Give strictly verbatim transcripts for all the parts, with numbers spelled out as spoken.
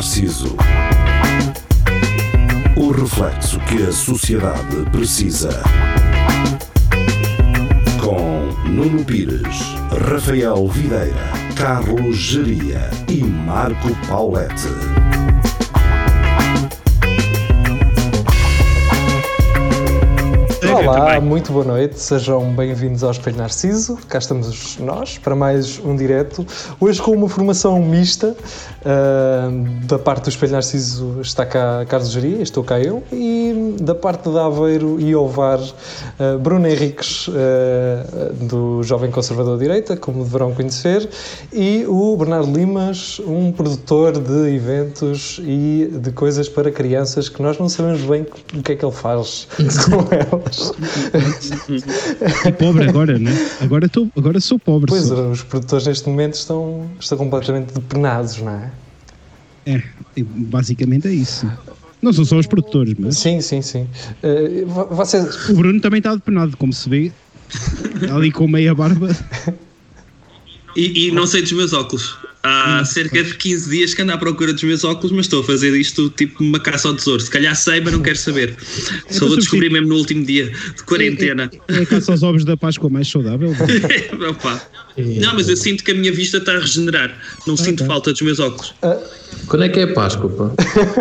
Narciso. O reflexo que a sociedade precisa. Com Nuno Pires, Rafael Videira, Carlos Geria e Marco Paulette. Olá, muito boa noite, sejam bem-vindos ao Espelho Narciso. Cá estamos nós para mais um direto. Hoje com uma formação mista. Uh, da parte do Espelho Narciso está cá Carlos Geria, estou cá eu, e da parte de Aveiro e Ovar, uh, Bruno Henriques, uh, do Jovem Conservador de Direita, como deverão conhecer, e o Bernardo Limas, um produtor de eventos e de coisas para crianças que nós não sabemos bem o que é que ele faz com elas. E pobre agora, né? Agora, tô, agora sou pobre. Pois, sou. Os produtores neste momento estão, estão completamente depenados, não é? É, basicamente é isso. Não são só os produtores, mas... Sim, sim, sim. Uh, vocês... O Bruno também está depenado, como se vê. Ali com meia barba. E, e não sei dos meus óculos. Há cerca de quinze dias que ando à procura dos meus óculos, mas estou a fazer isto tipo uma caça ao tesouro. Se calhar sei, mas não quero saber. É, só vou descobrir mesmo no último dia de quarentena. É, é, é a caça aos ovos da Páscoa mais saudável. Opa. Não, mas eu sinto que a minha vista está a regenerar. Não okay. sinto falta dos meus óculos. Uh, Quando é que é Páscoa, pá?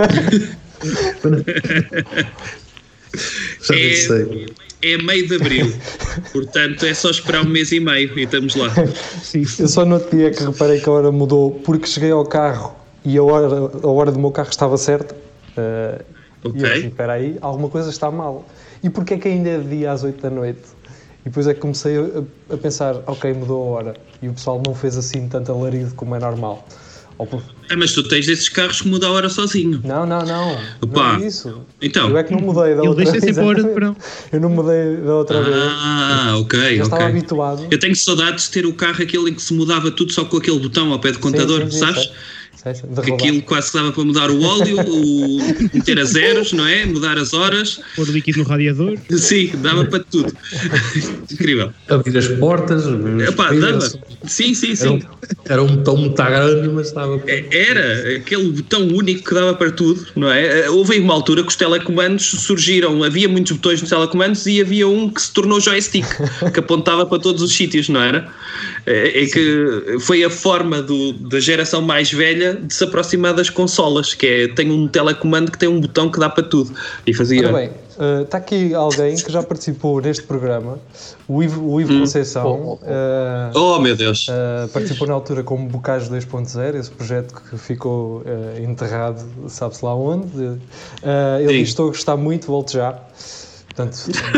Já é, sei. É meio de abril, portanto é só esperar um mês e meio e estamos lá. Sim. Eu só no outro dia que reparei que a hora mudou porque cheguei ao carro e a hora, a hora do meu carro estava certa. Uh, ok. E eu assim, espera aí, alguma coisa está mal. E porquê é que ainda é dia às oito da noite? E depois é que comecei a, a pensar, ok, mudou a hora. E o pessoal não fez assim tanto alarido como é normal. Por... Ah, mas tu tens desses carros que mudam a hora sozinho. Não, não, não. Opa. Não é isso. Então. Eu é que não mudei da outra vez. Ele deixa sempre a hora de verão. Eu não mudei da outra ah, vez. Ah, ok, Já ok. estava habituado. Eu tenho saudades de ter o carro aquele em que se mudava tudo só com aquele botão ao pé do contador, sim, sim, sabes? Sim, sim, que aquilo quase que dava para mudar o óleo, o, meter a zeros, não é? Mudar as horas. Pôr líquido no radiador. Sim, dava para tudo. Incrível. Abrir as portas. Epá, dava. Sim, sim, sim. Era um, era um botão muito grande, mas estava... Era aquele botão único que dava para tudo, não é? Houve aí uma altura que os telecomandos surgiram, havia muitos botões nos telecomandos e havia um que se tornou joystick, que apontava para todos os sítios, não era? É, é que foi a forma do, da geração mais velha de se aproximar das consolas, que é, tem um telecomando que tem um botão que dá para tudo. E fazia... Ora bem, uh, está aqui alguém que já participou neste programa, o Ivo, o Ivo hum. Conceição. Uh, oh, meu Deus! Uh, participou na altura como Bocage dois ponto zero, esse projeto que ficou uh, enterrado, sabe-se lá onde. Uh, ele diz: estou a gostar muito, volte já. Portanto...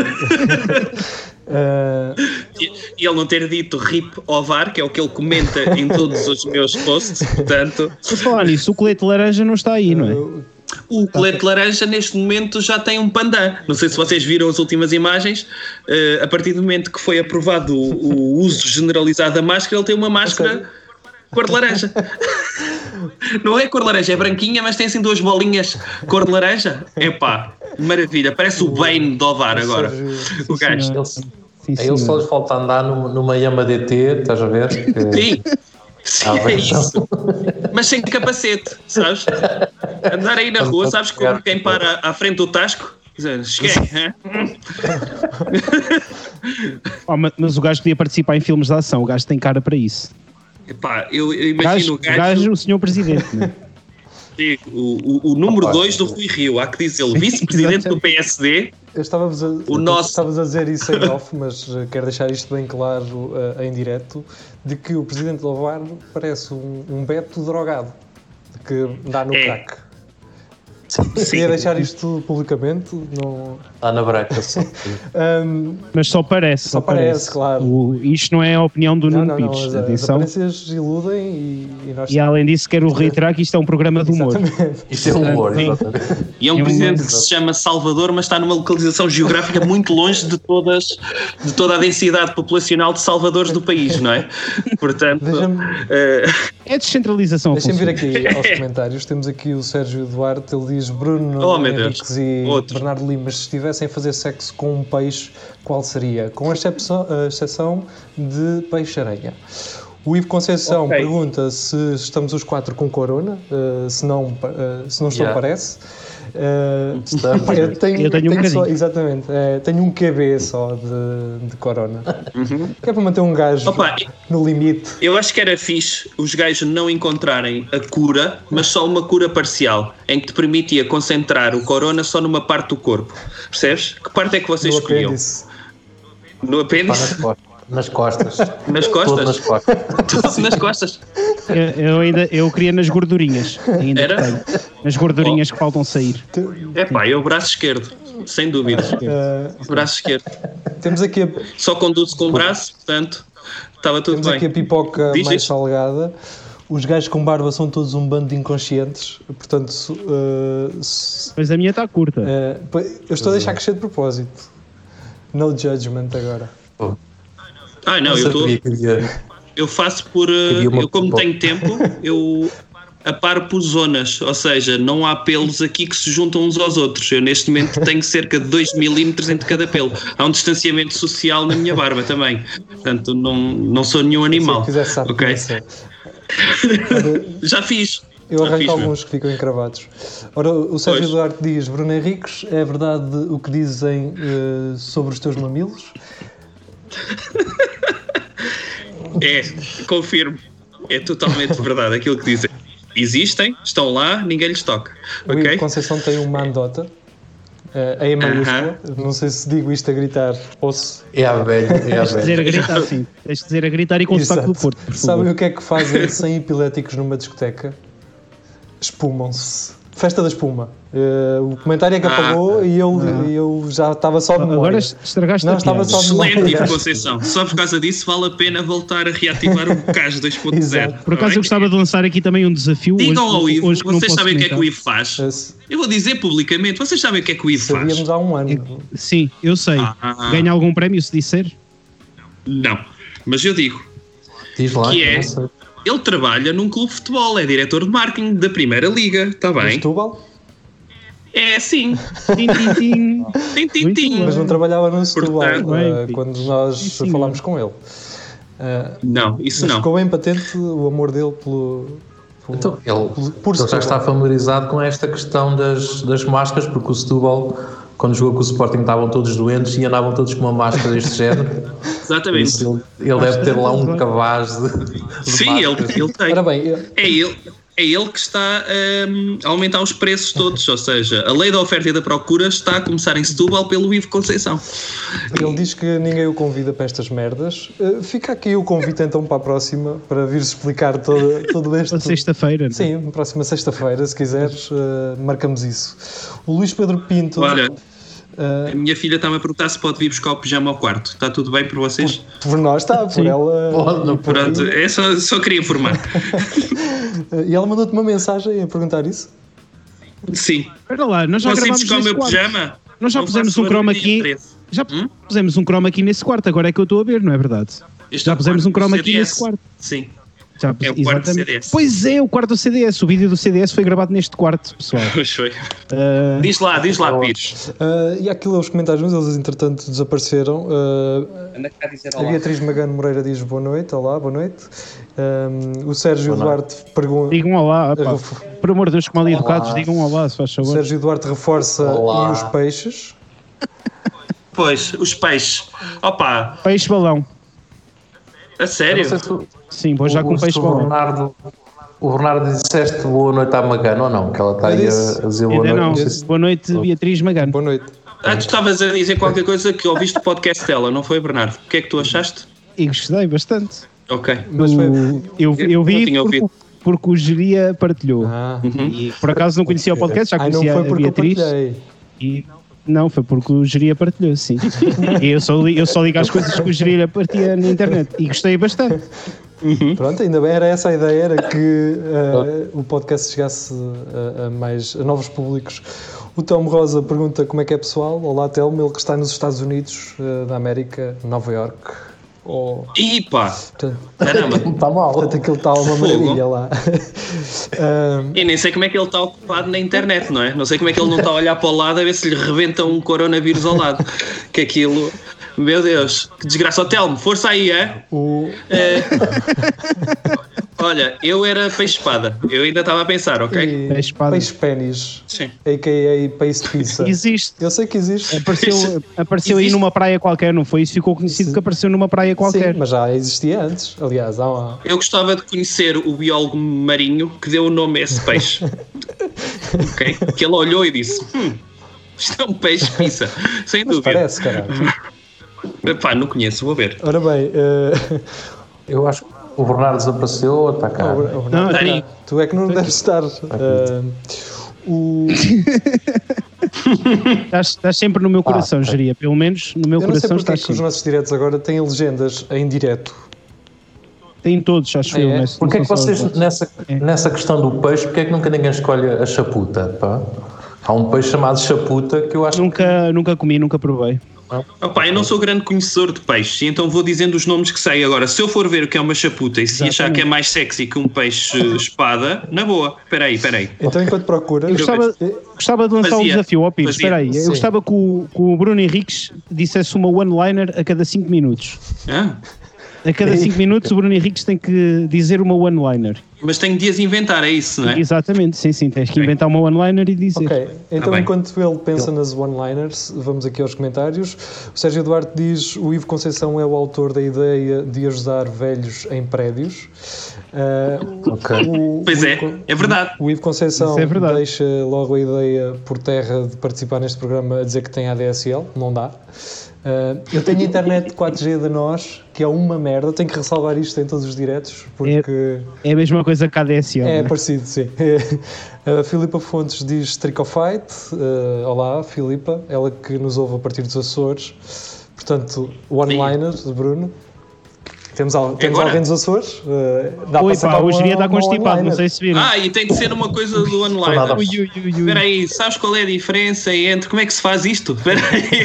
Uh, e, e ele não ter dito rip Ovar, que é o que ele comenta em todos os meus posts, portanto... Se falar nisso, o colete laranja não está aí, não é? Uh, o colete laranja neste momento já tem um pandan. Não sei se vocês viram as últimas imagens. Uh, a partir do momento que foi aprovado o, o uso generalizado da máscara, ele tem uma máscara cor de laranja. Não é cor de laranja, é branquinha, mas tem assim duas bolinhas cor de laranja. Epá, maravilha, parece o Bane do Ovar agora. O gajo. Ele, a ele só lhes falta andar numa Yamaha D T, estás a ver? Sim, sim, ah, é isso. Mas sem capacete, sabes? Andar aí na rua, sabes como quem para à frente do tasco? Cheguei, oh, mas, mas o gajo podia participar em filmes de ação, o gajo tem cara para isso. Epá, eu, eu imagino gajo, o gajo... gajo, o senhor Presidente, não é? Sim, o, o, o número dois do Rui Rio, há que dizê-lo, vice-presidente do P S D. Eu estava-vos a, o nosso... estavas a dizer isso em off, mas quero deixar isto bem claro uh, em direto, de que o Presidente do Ovar parece um, um Beto drogado, que dá no é. crack. Queria deixar isto publicamente. Não... Está na breca. um, Mas só parece. Só, só parece, parece, claro. O, isto não é a opinião do Nuno Pires. As, Atenção. As aparências iludem e, e nós... E além disso, quero reiterar que isto é um programa de humor. Isto é humor, E é um é presidente humor. que se chama Salvador, mas está numa localização geográfica muito longe de, todas, de toda a densidade populacional de Salvadores do país, não é? Portanto... Uh... É descentralização. Deixem-me vir aqui aos comentários. Temos aqui o Sérgio Duarte, ele diz: Bruno oh, Henriques e Outro. Bernardo Limas, se estivessem a fazer sexo com um peixe, qual seria? Com a exceção, a exceção de peixe-aranha. O Ivo Conceição Okay. pergunta se estamos os quatro com corona, uh, se não, uh, se não estou, Yeah. parece. Uh, Estamos. pá, eu tenho, Eu tenho um tenho só, bocadinho. exatamente, é, tenho um Q B só de, de corona. Que é para manter um gajo Opa, no limite. eu acho que era fixe os gajos não encontrarem a cura, mas só uma cura parcial, em que te permitia concentrar o corona só numa parte do corpo. Percebes? Que parte é que vocês No escolhiam? apêndice. No Pá, nas apêndice? costas. Nas costas. Nas Todo nas costas? costas. Tudo nas costas. Eu, eu ainda eu queria nas gordurinhas, ainda Era? que tenho. Nas gordurinhas que faltam sair. É pá, eu o braço esquerdo, sem dúvida. Uh, Braço esquerdo. temos aqui a, Só conduzo com o braço, portanto, estava tudo temos aqui a bem. pipoca Diz mais isto. salgada. Os gajos com barba são todos um bando de inconscientes. Portanto, uh, se- Mas a minha está curta. uh, pa- eu estou a deixar crescer de propósito. No judgment agora. Ah, não, eu, tô, sabia que havia- eu faço por. uh, Queria uma Eu, como pipoca. tenho tempo, eu aparo por zonas, ou seja, não há pelos aqui que se juntam uns aos outros. Eu, neste momento, tenho cerca de dois milímetros entre cada pelo. Há um distanciamento social na minha barba também. Portanto, não, não sou nenhum animal. Se quiser saber. Ok? Já fiz. Eu Já arranco fiz, meu. alguns que ficam encravados. Ora, o Sérgio Pois. Duarte diz: Bruno Henriques, é verdade o que dizem eh, sobre os teus mamilos? É, confirmo. É totalmente verdade aquilo que dizem. Existem, estão lá, ninguém lhes toca. O Ivo Ok? Conceição tem uma andota. eh, A em maiúscula. Não sei se digo isto a gritar ou se. É a velha. É a Tens de dizer a velha. gritar, sim. Tens de dizer a gritar e com o sotaque do Exato. Porto, por Sabem favor. o que é que fazem cem epiléticos numa discoteca? Espumam-se. Festa da espuma. Eh, o comentário é que Ah. apagou e eu, e eu já estava só de memória. Agora estragaste Não, a estava piada. só de Excelente, memória. Ivo Conceição. Só por causa disso vale a pena voltar a reativar o CAS dois ponto zero. Exato. Por acaso eu gostava de lançar aqui também um desafio. Digam hoje, ao Ivo, hoje que não vocês posso sabem o que é que o comentar. Ivo faz? Eh, se- Eu vou dizer publicamente, vocês sabem o que é que o Ivo faz? Sabíamos há um ano. Sim, eu sei. Ah. Ganha algum prémio se disser? Não, mas eu digo, Diz lá. Que eu é? não sei. ele trabalha num clube de futebol, é diretor de marketing da Primeira Liga, está Em bem? Setúbal, É sim, Tim, tim, tim. tem Muito tintim. mas não trabalhava no Setúbal Portanto, eh, bem, quando nós sim, senhor. falámos com ele. Eh, Não, isso mas não. ficou bem patente o amor dele pelo. pelo- Então, ele, Por ele já Setúbal. está familiarizado com esta questão das, das máscaras, porque o Setúbal, quando jogou com o Sporting, estavam todos doentes e andavam todos com uma máscara deste género. Por Exatamente. isso ele, ele deve ter lá um cabaz de, de Sim, ele, máscaras. ele tem. Ora bem, eu- É ele, é ele que está hum, a aumentar os preços todos, ou seja, a lei da oferta e da procura está a começar em Setúbal pelo Ivo Conceição. ele diz que ninguém o convida para estas merdas. Eh, fica aqui o convite então para a próxima, para vir explicar todo, todo este. Ou sexta-feira. não é? Sim, na próxima sexta-feira, se quiseres, eh, marcamos isso. O Luís Pedro Pinto. Olha, eh, a minha filha está-me a perguntar se pode vir buscar o pijama ao quarto. Está tudo bem por vocês? por nós está, por Sim. ela. Pode, não e por Pronto, mim. é só, só queria informar. Eh, E ela mandou-te uma mensagem a perguntar isso? Sim. Espera lá, nós já Posso ir gravámos buscar o nesse meu quarto. pijama? Nós já Não pusemos faço um croma barulho nem aqui. interesse. Já Hum? pusemos um croma aqui nesse quarto, agora é que eu estou a ver, não é verdade? Este Já é o pusemos quarto um croma do aqui C D S. nesse quarto. Sim. Já, É o quarto do C D S. Pois é, o quarto do C D S. O vídeo do C D S foi gravado neste quarto, pessoal. Pois foi. Uh, Diz lá, diz lá, Pires. Eh, e aquilo, os comentários, mas eles entretanto desapareceram. Eh, Anda cá a dizer a Beatriz Magano Moreira diz boa noite, olá, boa noite. Um, o Sérgio Boa Duarte pergunta. digam olá, pá. Por amor de Deus, que mal educados, Olá. digam olá, se faz O favor. Sérgio Duarte reforça Olá. e os peixes. Pois, os peixes. Opa, Peixe balão. a Eu sério? não sei se o- Sim, vou já o- com se peixe o balão. Bernardo, o Bernardo disseste boa noite à Magana ou não? Que ela está Eu aí a, disse. a dizer boa Ainda noite. não. sei se- Boa noite, Beatriz Magano. Boa noite. Ah, tu estavas a dizer qualquer coisa que ouviste o podcast dela, não foi, Bernardo? O que é que tu achaste? E gostei bastante. Ok. Mas foi- O- eu, eu Eu vi tinha porque, ouvido. porque o Geria partilhou. Ah, E por acaso não conhecia o podcast, já Ai, não conhecia foi a porque eu Beatriz. partilhei. E não, foi porque o Geria partilhou, sim. E eu só, li- eu só ligo às coisas que o Geria partilha na internet. E gostei bastante. Pronto, ainda bem, era essa a ideia, era que eh, o podcast chegasse a, a mais a novos públicos. O Telmo Rosa pergunta como é que é pessoal. Olá Telmo, ele que está nos Estados Unidos eh, da América, Nova York. Oh, Ih, pá, portanto, caramba. Não está mal. portanto, aquilo está uma maravilha lá. Ah, E nem sei como é que ele está ocupado na internet, não é? Não sei como é que ele não está a olhar para o lado a ver se lhe rebenta um coronavírus ao lado. Que aquilo. Meu Deus, que desgraça. Ó, Telmo, força aí, é? O... É... Olha, eu era peixe-espada. Eu ainda estava a pensar, ok? E... Peixe-espada. Peixe-pénis. Sim. A K A Pace Pizza. Existe. Eu sei que existe. Apareceu, apareceu aí Existe? numa praia qualquer, não foi? Isso ficou conhecido Sim. que apareceu numa praia qualquer. Sim, mas já existia antes. Aliás, há uma... Eu gostava de conhecer o biólogo marinho que deu o nome a esse peixe. Ok? Que ele olhou e disse: hum, isto é um peixe-pizza. Sem Mas dúvida. parece, caralho. Pá, não conheço, vou ver. Ora bem, uh... Eu acho que o Bernardo desapareceu ou está cá? oh, Não, não, tem- tu é que não deves estar. Uh... O... Estás, estás sempre no meu coração, ok. Geria. Pelo menos no meu Eu não sei coração porque é estás que os sempre. nossos diretos agora têm legendas em direto. Tem todos, acho Ah, eu. é? Mas Porquê é não que são só vocês, os outros. nessa, É. nessa questão do peixe, porquê é que nunca ninguém escolhe a chaputa? Pá? Há um peixe chamado chaputa que eu acho Nunca, nunca comi, nunca provei. Opa, eu não sou grande conhecedor de peixes, então vou dizendo os nomes que sei. Agora, se eu for ver o que é uma chaputa e se Exatamente. achar que é mais sexy que um peixe-espada, na boa. Espera aí, espera aí. Então, enquanto procuras, Eu gostava, gostava de lançar um Fazia. desafio ao Pires. Fazia. Espera aí. Eu Sim. gostava que o, que o Bruno Henriques dissesse uma one-liner a cada cinco minutos. Ah, A cada cinco minutos o Bruno Henriques tem que dizer uma one-liner. mas tenho de as inventar, é isso, não é? Exatamente, sim, sim. Tens que Ok. inventar uma one-liner e dizer. ok. Então, bem. enquanto ele pensa nas one-liners, vamos aqui aos comentários. O Sérgio Duarte diz: o Ivo Conceição é o autor da ideia de ajudar velhos em prédios. Uh, Ok. o- Pois o é, Ivo- é verdade. O Ivo Conceição Isso é verdade. deixa logo a ideia por terra de participar neste programa a dizer que tem A D S L. Não dá. Uh, eu tenho internet quatro G da nós, que é uma merda. Tenho que ressalvar isto em todos os diretos, porque É a mesma coisa que a D S L. é, não parecido, sim. A Filipa Fontes diz Tricofite. Uh, olá, Filipa. Ela que nos ouve a partir dos Açores. Portanto, one-liners de Bruno. Temos, al temos Agora? alguém dos Açores? Uh, dá Oi, para pá, sacar hoje uma- iria estar uma constipado, não one-liner. sei se viram. Ah, e tem de ser uma coisa do online. Nada. Ui, ui, ui, ui. Espera aí, sabes qual é a diferença entre... Como é que se faz isto? Espera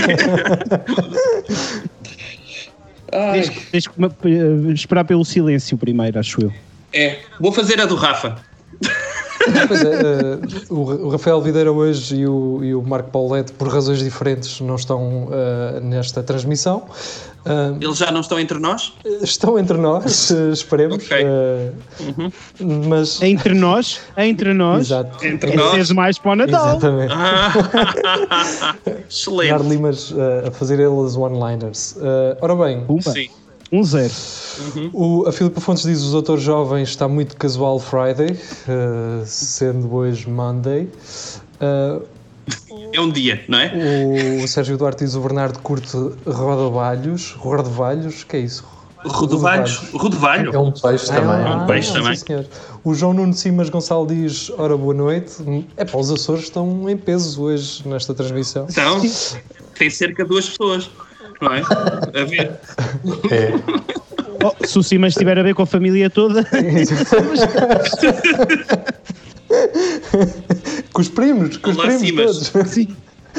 aí. Tens, tens que eh, esperar pelo silêncio primeiro, acho eu. É, vou fazer a do Rafa. Pois é, uh, o, o Rafael Videira hoje e o, e o Marco Paulette, por razões diferentes, não estão uh, nesta transmissão. Uh, Eles já não estão entre nós? estão entre nós, uh, esperemos. Ok. Uh, mas. Entre nós, entre nós, Exato. Entre é nós? seres mais para o Natal. Exatamente. Ah, Dar excelente. limas uh, a fazer elas one-liners. Uh, ora bem, Pumba, Sim. um zero. o, a Filipa Fontes diz: os autores jovens está muito casual Friday, uh, sendo hoje Monday. Uh, É um dia, não é? o Sérgio Duarte diz: o Bernardo curte rodabalhos. Rodabalhos, que é isso? Rodovalhos. Rodovalho. é um peixe também. um peixe também. Sim, senhor. O João Nuno Simas Gonçalo diz: ora, boa noite. É pá, os Açores estão em peso hoje nesta transmissão. Então, tem cerca de duas pessoas, não é? A ver. É. Oh, se o Simas estiver a ver com a família toda, Com os primos, com os Olá, primos Simas. todos. sim.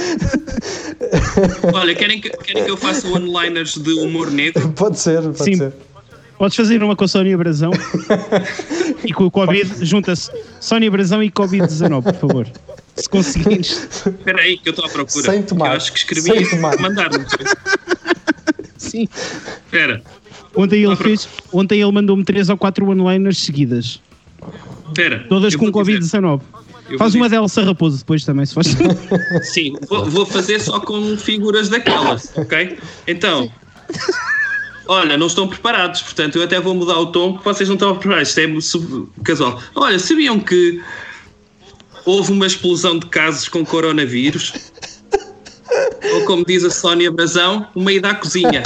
Olha, querem que, querem que eu faça one-liners de humor negro? Pode ser, pode Sim. ser. Podes fazer uma com a Sónia Brazão e com o Covid, junta-se Sónia Brazão e Covid dezanove, por favor. Se conseguires. Espera aí, que eu estou à procura. Sem porque tomate. Eu acho que escrevi Sem isso tomate. para mandar-me. Sim. Espera, Ontem ele Ah, fez, ontem ele mandou-me três ou quatro one-liners seguidas, espera. todas Eu com vou Covid dizer. dezanove. Eu Faz vou uma delas a Raposo depois também, se faz. Sim, vou, vou fazer só com figuras daquelas, ok? Então, olha, não estão preparados, portanto eu até vou mudar o tom porque vocês não estão preparados, isto é sub- casual. Olha, sabiam que houve uma explosão de casos com coronavírus? Ou como diz a Sónia Brazão, uma ida à cozinha.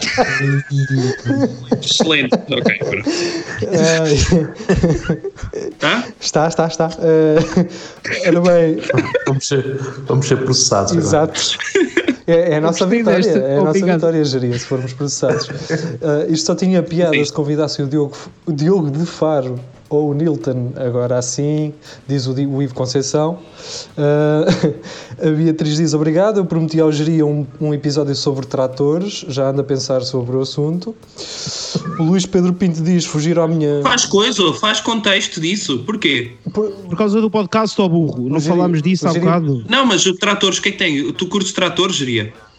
Excelente, ok, pronto. Ai, Tá? está, está, está. Uh, ora bem, Vamos ser, vamos ser processados agora. exato. É, é a nossa gostei vitória, desta. é a nossa Obrigado. vitória, Jeria, se formos processados. Uh, isto só tinha piada Sim. se convidassem o Diogo, o Diogo de Faro ou o Nilton, agora assim, diz o, Di- o Ivo Conceição. Uh, a Beatriz diz: obrigado, eu prometi ao Jeria um, um episódio sobre tratores, já ando a pensar sobre o assunto. O Luís Pedro Pinto diz: fugir à minha... Faz coisa, faz contexto disso. Porquê? Por- Por causa do podcast ao burro. Não Mas, falámos disso há mas, bocado. Não, mas o tratores, o que é que tem? Tu curtes tratores, Geria?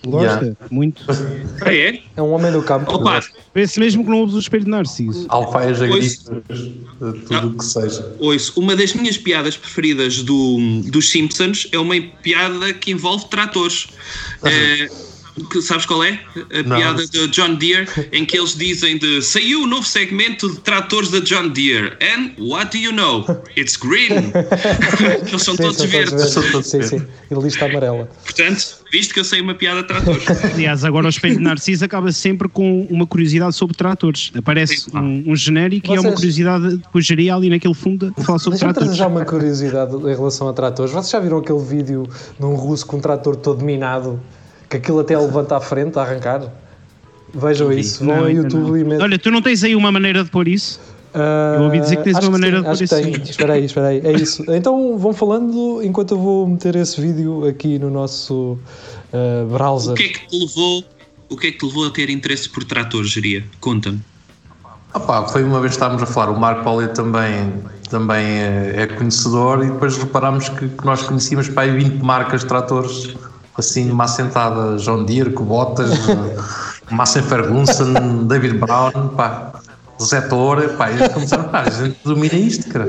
Gosta? Yeah. Muito. Ah, é? É um homem do campo. Opa, Parece mesmo que não ouves o espelho de Narciso. Alfaias Pois. agrícolas, tudo o que seja. ouço, uma das minhas piadas preferidas do, dos Simpsons é uma piada que envolve tratores. É, que- sabes qual é? A Não. piada de John Deere, em que eles dizem de saiu um novo segmento de tratores da John Deere. And what do you know? It's green. Eles são Sim, todos são verdes. Sim, sim, sim. E lista amarela. Portanto, visto que eu sei uma piada de tratores. Aliás, agora o espelho de Narciso acaba sempre com uma curiosidade sobre tratores. Aparece Sim, pá. um, um genérico e é uma Vocês- curiosidade que o geria ali naquele fundo a falar sobre Deixa-me trazer tratores. já uma curiosidade em relação a tratores. Vocês já viram aquele vídeo de um russo com um trator todo minado, que aquilo até levanta à frente a arrancar? Vejam isso, vão Não, ao ainda YouTube não. e metam. Olha, tu não tens aí uma maneira de pôr isso? Ah, Eu ouvi dizer que tens acho uma maneira sim, de acho pôr que isso. tenho. Espera aí, espera aí, é isso. Então vão falando enquanto eu vou meter esse vídeo aqui no nosso ah, browser. O que é que te levou, o que é que te levou a ter interesse por tratores, geria? Conta-me. Ah pá, foi uma vez que estávamos a falar, o Marco Paulo também, também é, é conhecedor e depois reparámos que, que nós conhecíamos para aí vinte marcas de tratores, assim, numa assentada, John Deere, Kubotas, Massey Ferguson, David Brown, pá, Zé Tore, pá, e começaram, pá, a gente domina isto, cara.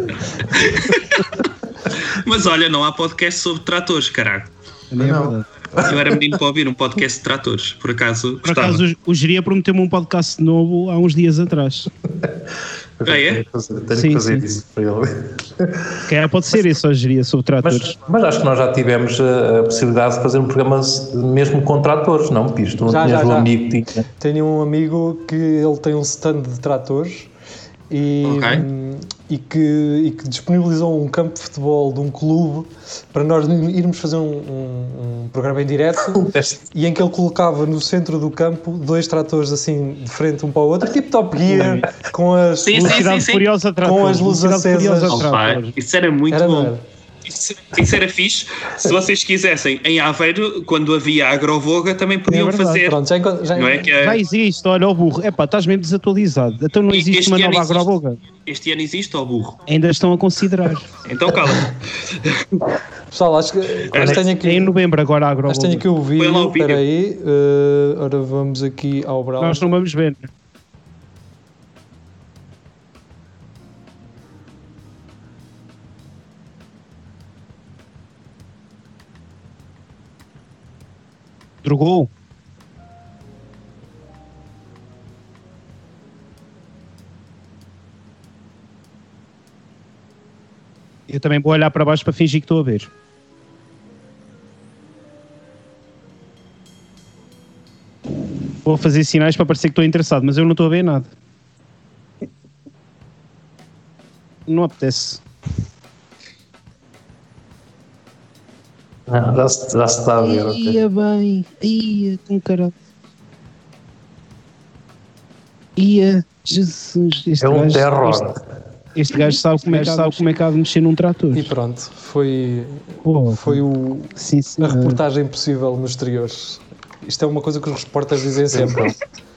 Mas olha, não há podcast sobre tratores, caralho. Também é Não. verdade. Eu era menino para ouvir um podcast de tratores, por acaso. Por acaso, o- o geria prometeu-me um podcast novo há uns dias atrás. Eu Ah, é? Tenho que fazer, tenho Sim, que fazer sim. isso para ele. Se calhar pode ser isso, a geria sobre tratores. Mas, mas acho que nós já tivemos a, a possibilidade de fazer um programa mesmo com tratores, não, Pisto? Não Já, tinhas já, um já. amigo que tinha. Tenho um amigo que ele tem um stand de tratores e, Ok. hum, e, que, e que disponibilizou um campo de futebol de um clube para nós irmos fazer um, um- um programa em direto e em que ele colocava no centro do campo dois tratores assim de frente um para o outro, tipo Top Gear, com as Sim, sim, Velocidade sim. furiosa a tratores. Com as luzes Velocidade furiosa acesas. a Opa, tratores. isso era muito Era, não bom. era? Isso, isso era fixe. Se vocês quisessem, em Aveiro, quando havia agrovoga, também podiam É verdade. fazer. Pronto, já, enco- já, Não é que é- Já existe, olha o burro. Epá, estás mesmo desatualizado. Então não E existe este uma ano nova existe. agroboga. Este ano existe, ó burro. Ainda estão a considerar. Então cala. pessoal, acho que acho que tenho É em aqui, novembro agora a acho que agroboga. tenho aqui o Põe lá vídeo, o vídeo. espera aí, eh, ora vamos aqui ao browser. Nós não vamos ver. Drogou? Eu também vou olhar para baixo para fingir que estou a ver. Vou fazer sinais para parecer que estou interessado, mas eu não estou a ver nada. Não apetece. Não, já, se, já se está a ver. ok. Ia bem, ia com caralho. Ia, Jesus, este É um gajo, terror. Este, este gajo sabe como é, que- sabe como é que há de mexer num trator. E pronto, foi, Pô, foi o, sim, sim. a reportagem possível nos exteriores. Isto é uma coisa que os repórteres dizem sempre.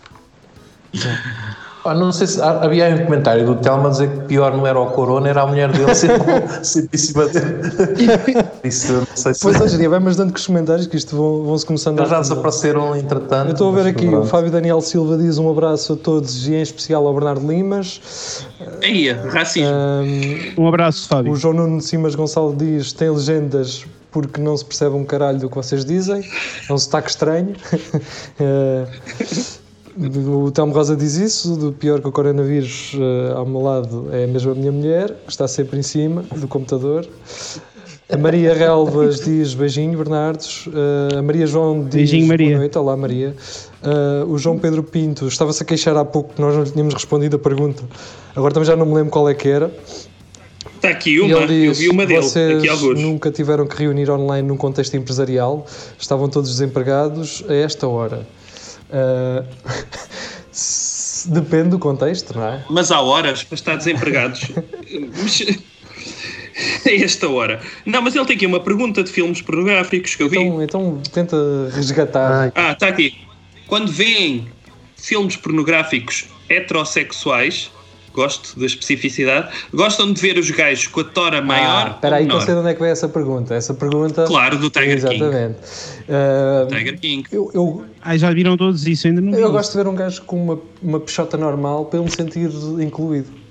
Ah, não sei se ah, havia aí um comentário do Telma a dizer que pior não era o Corona, era a mulher dele sempre, sempre em cima dele. Isso eu não sei se Pois é, Jeria, vai mas dando com os comentários que isto vão, vão-se começando eles já a... desapareceram entretanto. Eu estou a ver mas aqui, o pronto. Fábio Daniel Silva diz um abraço a todos e em especial ao Bernardo Limas. Aí, racismo. Ahm, Um abraço, Fábio. o João Nuno Simas Gonçalo diz tem legendas porque não se percebe um caralho do que vocês dizem. É um sotaque estranho. Eh, O Telmo Rosa diz isso, do pior que o coronavírus eh, ao meu lado é mesmo a minha mulher, que está sempre em cima do computador. A Maria Relvas diz beijinho, Bernardos. Eh, a Maria João diz Beijinho, Maria. boa noite, olá Maria. Eh, o João Pedro Pinto estava-se a queixar há pouco que nós não lhe tínhamos respondido a pergunta. Agora também já não me lembro qual é que era. Está aqui E uma, ele diz, eu vi uma dele, vocês aqui alguns. nunca tiveram que reunir online num contexto empresarial, estavam todos desempregados a esta hora. Uh, se- depende do contexto, não é? Mas há horas para estar desempregados. Mas- a esta hora. Não, mas ele tem aqui uma pergunta de filmes pornográficos que eu vi. Então, então tenta resgatar. Ah, está aqui. Quando veem filmes pornográficos heterossexuais, gosto da especificidade. Gostam de ver os gajos com a tora maior Ah, espera ou aí que eu menor? sei de onde é que vem essa pergunta. Essa pergunta... Claro, do Tiger Exatamente. Uh, King. Tiger King. eu, eu, Ah, já viram todos isso, eu ainda não vi. eu gosto de ver um gajo com uma, uma peixota normal para eu me sentir incluído.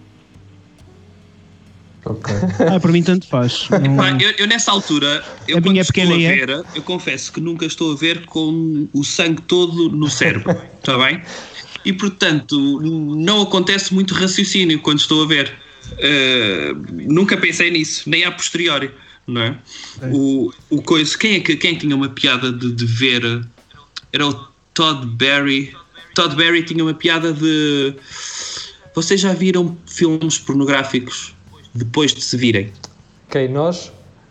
Ok. Ah, para mim tanto faz. Não- Pá, eu, eu nessa altura, eu A quando minha estou a pequena é? ver, eu confesso que nunca estou a ver com o sangue todo no cérebro, está bem? E portanto, não acontece muito raciocínio quando estou a ver. Uh, nunca pensei nisso, nem a posteriori, não é? O, o coisa, quem é que quem é que tinha uma piada de, de ver? Era o Todd Barry. Todd Barry tinha uma piada de... Vocês já viram filmes pornográficos depois de se virem? Ok, nós...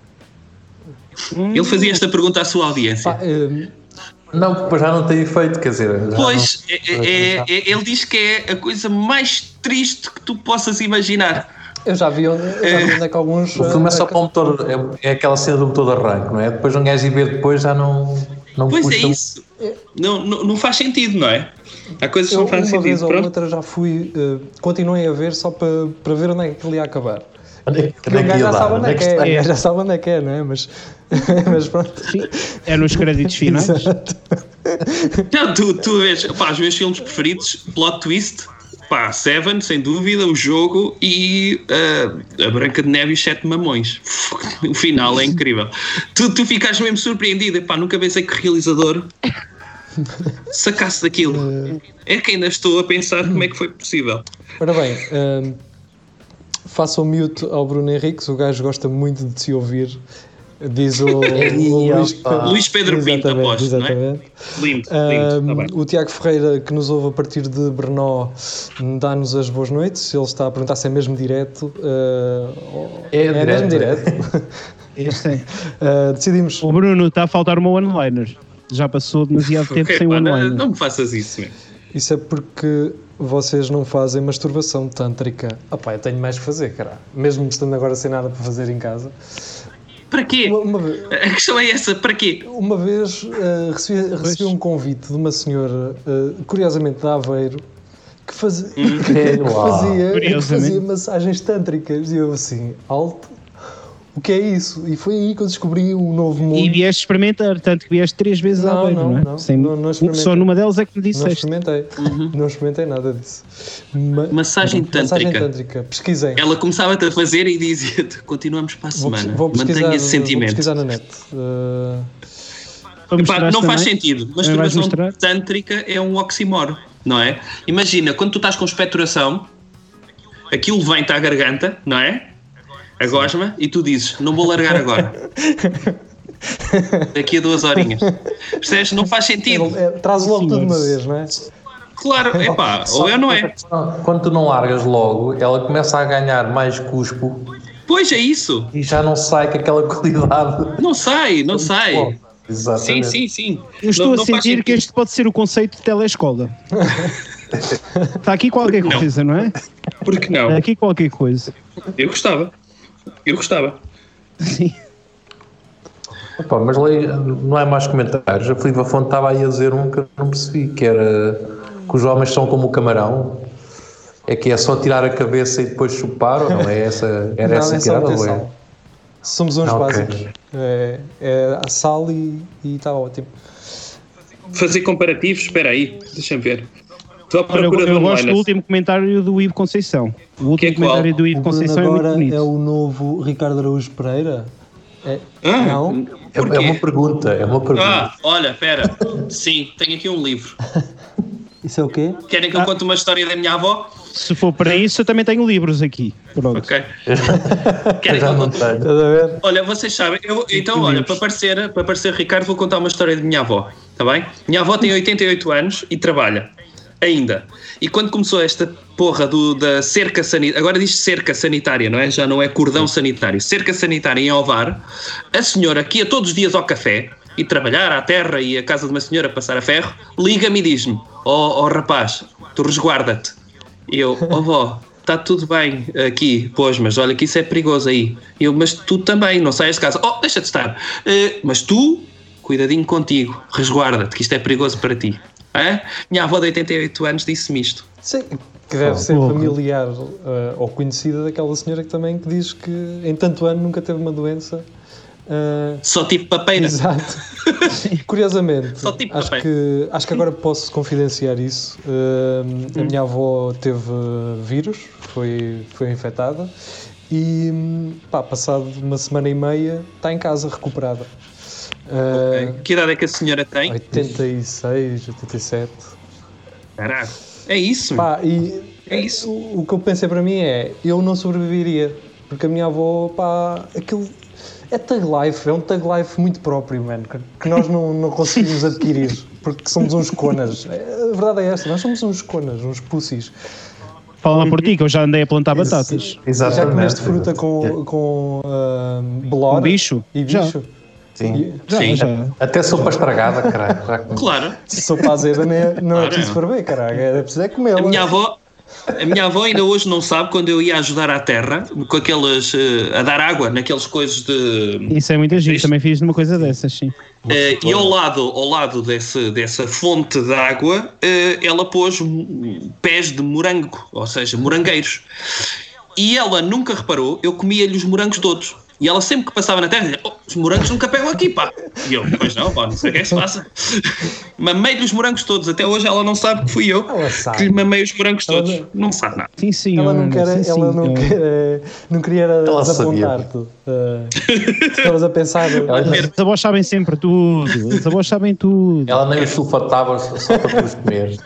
Ele fazia esta pergunta à sua audiência. Pá, uh, Não, depois já não tem efeito, quer dizer. já Pois, não- é- é- é- ele diz que é a coisa mais triste que tu possas imaginar. eu já vi onde, eu já vi onde é que alguns... O filme é só uh, para o motor, é, é aquela cena do motor de arranque, não é? Depois um gajo ir ver depois já não, não Pois puxa. é isso. Não, não, não faz sentido, não é? Há coisas que eu não fazem uma vez sentido. ou Pronto. outra já fui... Uh, continuei a ver só para, para ver onde é que aquilo ia acabar. Onde é que- onde é Um que gajo ia já dar? sabe onde Onde é é que que é, está? um gajo já sabe onde é que é, não é? Mas, mas pronto. É nos créditos finais. Exato. Não, tu, tu vês, pá, os meus filmes preferidos, plot twist, pá, Seven, sem dúvida, o jogo e uh, a Branca de Neve e os Sete Mamões. O final é incrível. Tu, tu ficas mesmo surpreendido, pá, nunca pensei que o realizador sacasse daquilo. É que ainda estou a pensar como é que foi possível. Ora bem, hum, faça o mute ao Bruno Henriques, o gajo gosta muito de se ouvir, diz o, o Luís, opa. Luís Pedro Pinto, Exatamente, aposto, não é? exatamente. Lindo, lindo, Hum, tá bem. o Tiago Ferreira, que nos ouve a partir de Brno, dá-nos as boas noites. Ele está a perguntar se é mesmo direto. uh, É mesmo direto. direto. Este é. Uh, decidimos. O Bruno está a faltar uma one-liner. Já passou demasiado tempo Ok, sem pá, não, one-liner. não me faças isso, meu. Isso é porque vocês não fazem masturbação tântrica. Ah pá, eu tenho mais que fazer, cara. Mesmo estando agora sem nada para fazer em casa. Para quê? Uma, uma vez, A questão é essa, para quê? uma vez uh, recebi, recebi um convite de uma senhora, uh, curiosamente de Aveiro, que, faz, que, É, que uau. fazia, que Curiosamente. fazia massagens tântricas. E eu assim, alto, o que é isso? E foi aí que eu descobri um novo mundo. E vieste experimentar, tanto que vieste três vezes Não, à beira, não, não, é? não, Sem- não, não experimentei. só numa delas é que me Não disseste. experimentei. Não experimentei nada disso. Ma- Massagem Massagem tântrica. tântrica. Pesquisei. Ela começava-te a fazer e dizia-te, continuamos para a Vou, semana. vou pesquisar, Mantenha esse vou sentimento. pesquisar na net. Uh, Para Epá, mostrar não faz também. sentido. Também vais Masturbação mostrar? tântrica é um oxímoro, não é? Imagina, quando tu estás com expectoração, aquilo vem-te à garganta, não é? A gosma, e tu dizes, não vou largar agora. Daqui a duas horinhas. Percebes? Não faz sentido. é, traz logo tudo de uma vez, não é? Claro, epá, ou é ou não é? Quando tu não largas logo, ela começa a ganhar mais cuspo Pois é isso. e já não sai com aquela qualidade. Não sai, não sai. Sim, Exatamente. sim, sim. Eu estou Não- a não faz sentir que sentido. este pode ser o conceito de telescola. Está aqui qualquer Não. coisa, não é? Por que Está não? aqui qualquer coisa. Eu gostava. Eu gostava. Sim. Opa, mas leio, não é mais comentários. A Filipe Fonte estava aí a dizer um que eu não percebi, que era que os homens são como o camarão. É que é só tirar a cabeça e depois chupar, ou não é essa? Era Não, essa é só piada? meter Ou é? sal. Somos uns Ah, ok. básicos. É, é a sal e está ótimo. Fazer comparativos, espera aí, deixa-me ver. Estou à Olha, eu, procura eu do gosto do online. último comentário do Ivo Conceição. O último Que é qual? comentário do Ivo O Bruno Conceição é muito agora bonito. é o novo Ricardo Araújo Pereira? É, Ah, não? É, é uma pergunta, é uma pergunta. Ah, olha, espera. Sim, tenho aqui um livro. Isso é o quê? Querem que eu conte uma história da minha avó? Se for para isso, eu também tenho livros aqui. Pronto. Ok. Eu Querem que já eu não conte? tenho. Estás a ver? Olha, vocês sabem, eu, então olha, para parecer, para parecer Ricardo, vou contar uma história de minha avó, está bem? Minha avó tem oitenta e oito anos e trabalha, ainda. E quando começou esta porra do, da cerca sanitária, agora diz cerca sanitária, não é? Já não é cordão sanitário, cerca sanitária em Ovar, a senhora que ia todos os dias ao café e trabalhar à terra e à casa de uma senhora passar a ferro, liga-me e diz-me, ó oh, oh, rapaz, tu resguarda-te. E eu, ó oh, vó, está tudo bem aqui, pois, mas olha que isso é perigoso aí. E eu, mas tu também, não saias de casa. Oh, deixa de estar. Uh, mas tu, cuidadinho contigo, resguarda-te, que isto é perigoso para ti. Hã? Minha avó de oitenta e oito anos disse-me isto. Sim, Que deve Oh, ser porra. familiar uh, ou conhecida daquela senhora que também que diz que em tanto ano nunca teve uma doença. Uh, Só tipo papeira. exato. Curiosamente, Só tipo acho, papel. que, acho que agora posso confidenciar isso. Uh, a minha avó teve vírus, foi, foi infectada e, pá, passado uma semana e meia, está em casa recuperada. Uh, Ok. Que idade é que a senhora tem? oitenta e seis, oitenta e sete. Caraca. É isso. Pá, e É isso. O, o que eu pensei para mim é, eu não sobreviveria, porque a minha avó, pá, aquilo é tag life, é um tag life muito próprio, mano, que, que nós não, não conseguimos adquirir, porque somos uns conas. A verdade é esta, nós somos uns conas, uns pussies. Fala por ti, que eu já andei a plantar batatas. Exatamente. Já comeste fruta com, com uh, belora? Com bicho? E Já. bicho? Sim. Já, Sim. já. Até sopa estragada, caralho. Já comi. Claro. Sopa azeda não é, não é Claro. preciso ferver, caralho, é preciso é comê-la. A minha avó, a minha avó ainda hoje não sabe quando eu ia ajudar à terra, com aquelas, eh, a dar água naqueles coisas de... Isso é muita gente, Isto- também fiz uma coisa dessas, sim. Eh, e ao lado, ao lado desse, dessa fonte de água, eh, ela pôs hum, pés de morango, ou seja, morangueiros. E ela nunca reparou, eu comia-lhe os morangos todos. E ela sempre que passava na terra dizia, oh, os morangos nunca pegam aqui, pá. E eu, pois não, pá, não sei o que é que se passa. Mamei-lhe os morangos todos, até hoje ela não sabe que fui eu Ela sabe. que lhe mamei os morangos todos. Ela- Não sabe nada. Sim, sim. Ela não, quer, sim, ela não, senhor. quer, eh, não queria era Ela desapontar-te. Uh, estavas a pensar. Ela, Os avós sabem sempre tudo. Os avós sabem tudo. ela nem os sulfatava só para tu os comer.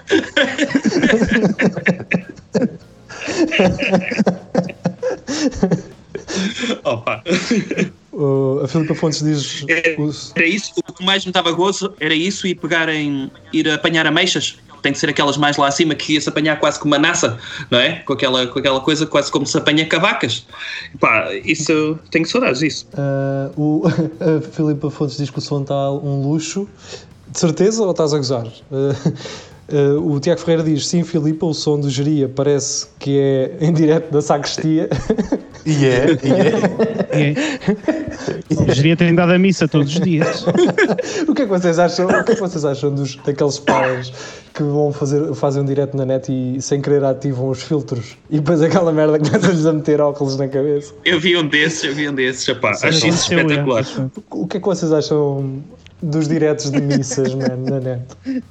Opa. Uh, a Filipa Fontes diz. É. os- Era isso, o que mais me dava gozo era isso e pegarem, ir apanhar ameixas. Tem que ser aquelas mais lá acima que ia-se apanhar quase como uma naça, não é? Com aquela, com aquela coisa quase como se apanha cavacas. Pá, isso eu tenho saudades disso. uh, o, a Filipa Fontes diz que o som está um luxo. De certeza ou estás a gozar? Uh, uh, o Tiago Ferreira diz: sim, Filipa, o som do Geria parece que é em direto da sacristia. E é, e é. É. Geria ter dado a missa todos os dias. O que é que vocês acham? O que é que vocês acham dos, daqueles pais que vão fazer, fazem um direto na net e sem querer ativam os filtros e depois aquela merda começa-lhes a meter óculos na cabeça? Eu vi um desses, eu vi um desses, epá, acho isso Aconteceu, espetacular. é. O que é que vocês acham dos diretos de missas, man, na net?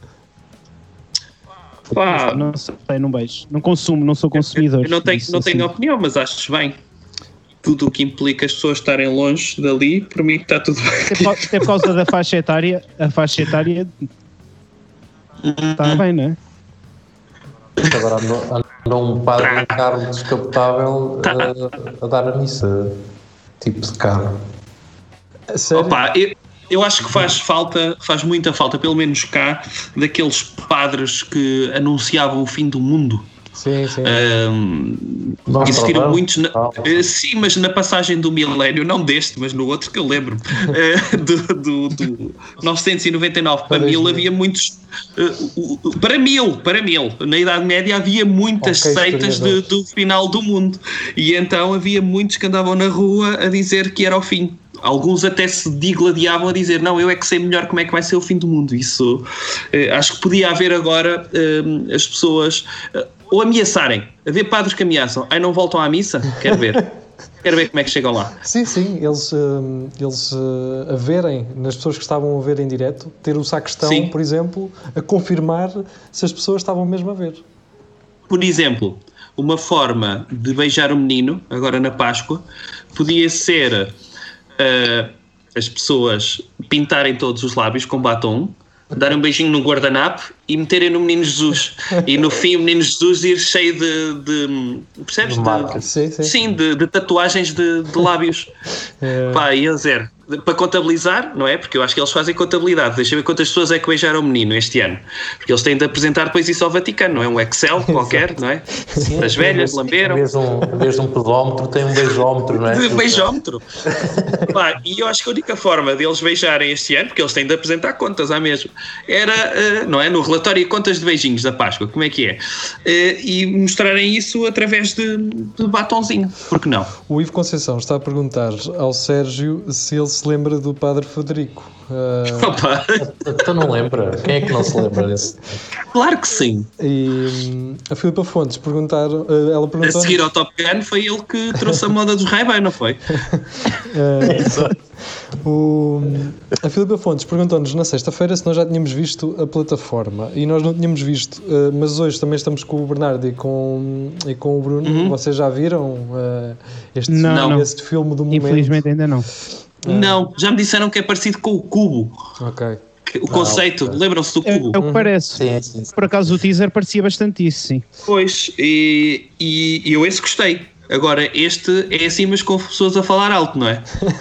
Pá, Não sei, não beijo. Não consumo, não sou consumidor. eu não tenho, Isso, não tenho assim. opinião, mas acho bem. Tudo o que implica as pessoas estarem longe dali, por mim está tudo bem. Até por, até por causa da faixa etária, a faixa etária está bem, não é? Agora andou, andou um padre de um carro descapotável Tá. a, a dar a missa. Tipo de carro. A sério? Opa, eu, eu acho que faz falta, faz muita falta, pelo menos cá, daqueles padres que anunciavam o fim do mundo. Sim, sim. Ahm, Nós existiram travamos. muitos, na- Ah, eh, sim, mas na passagem do milénio, não deste, mas no outro que eu lembro, eh, do, do, do novecentos e noventa e nove para Para mil, dois mil. havia muitos, eh, o- o- para mil, para mil, na Idade Média havia muitas Ok, seitas de- historiadores. do final do mundo, e então havia muitos que andavam na rua a dizer que era o fim. Alguns até se digladiavam a dizer, não, eu é que sei melhor como é que vai ser o fim do mundo. Isso, eh, acho que podia haver agora eh, as pessoas eh, ou ameaçarem, haver padres que ameaçam, ai não voltam à missa, quero ver, quero ver como é que chegam lá. Sim, sim, eles, hum, eles uh, a verem, nas pessoas que estavam a ver em direto, ter o sacristão, Sim. por exemplo, a confirmar se as pessoas estavam mesmo a ver. Por exemplo, uma forma de beijar o menino, agora na Páscoa, podia ser uh, as pessoas pintarem todos os lábios com batom, darem um beijinho no guardanapo e meterem no menino Jesus. E no fim o menino Jesus ir cheio de... de percebes? De marcas. Sim, sim. Sim, de, de tatuagens de, de lábios. É. Pá, e a dizer, para contabilizar, não é? Porque eu acho que eles fazem contabilidade. Deixa eu ver quantas pessoas é que beijaram o menino este ano. Porque eles têm de apresentar depois isso ao Vaticano, não é? Um Excel qualquer, não é? As velhas lamberam. Em vez de um, em vez de um pedómetro, tem um beijómetro, não é? De beijómetro. Pá, e eu acho que a única forma deles beijarem este ano, porque eles têm de apresentar contas à mesma, era, uh, não é? No relatório e contas de beijinhos da Páscoa, como é que é? Uh, e mostrarem isso através de, de batonzinho, por que não? O Ivo Conceição está a perguntar ao Sérgio se ele se lembra do Padre Frederico. Uh... Opa. Então não lembra? Quem é que não se lembra desse? Claro que sim. E hum, a Filipa Fontes perguntar, uh, ela perguntou... A seguir ao Top Gun foi ele que trouxe a moda dos Ray-Ban, não foi? uh, o, a Filipa Fontes perguntou-nos na sexta-feira se nós já tínhamos visto a plataforma e nós não tínhamos visto, uh, mas hoje também estamos com o Bernardo e com, e com o Bruno. Uhum. Vocês já viram uh, este, não, filme, este filme do momento? Infelizmente ainda não. Uh, não, já me disseram que é parecido com o Cubo. Ok. O conceito, ah, okay. Lembram-se do Cubo? É, é o que parece. Sim, sim, sim. Por acaso o teaser parecia bastante isso, sim. Pois, e, e, e eu esse gostei. Agora, este é assim, mas com pessoas a falar alto, não é?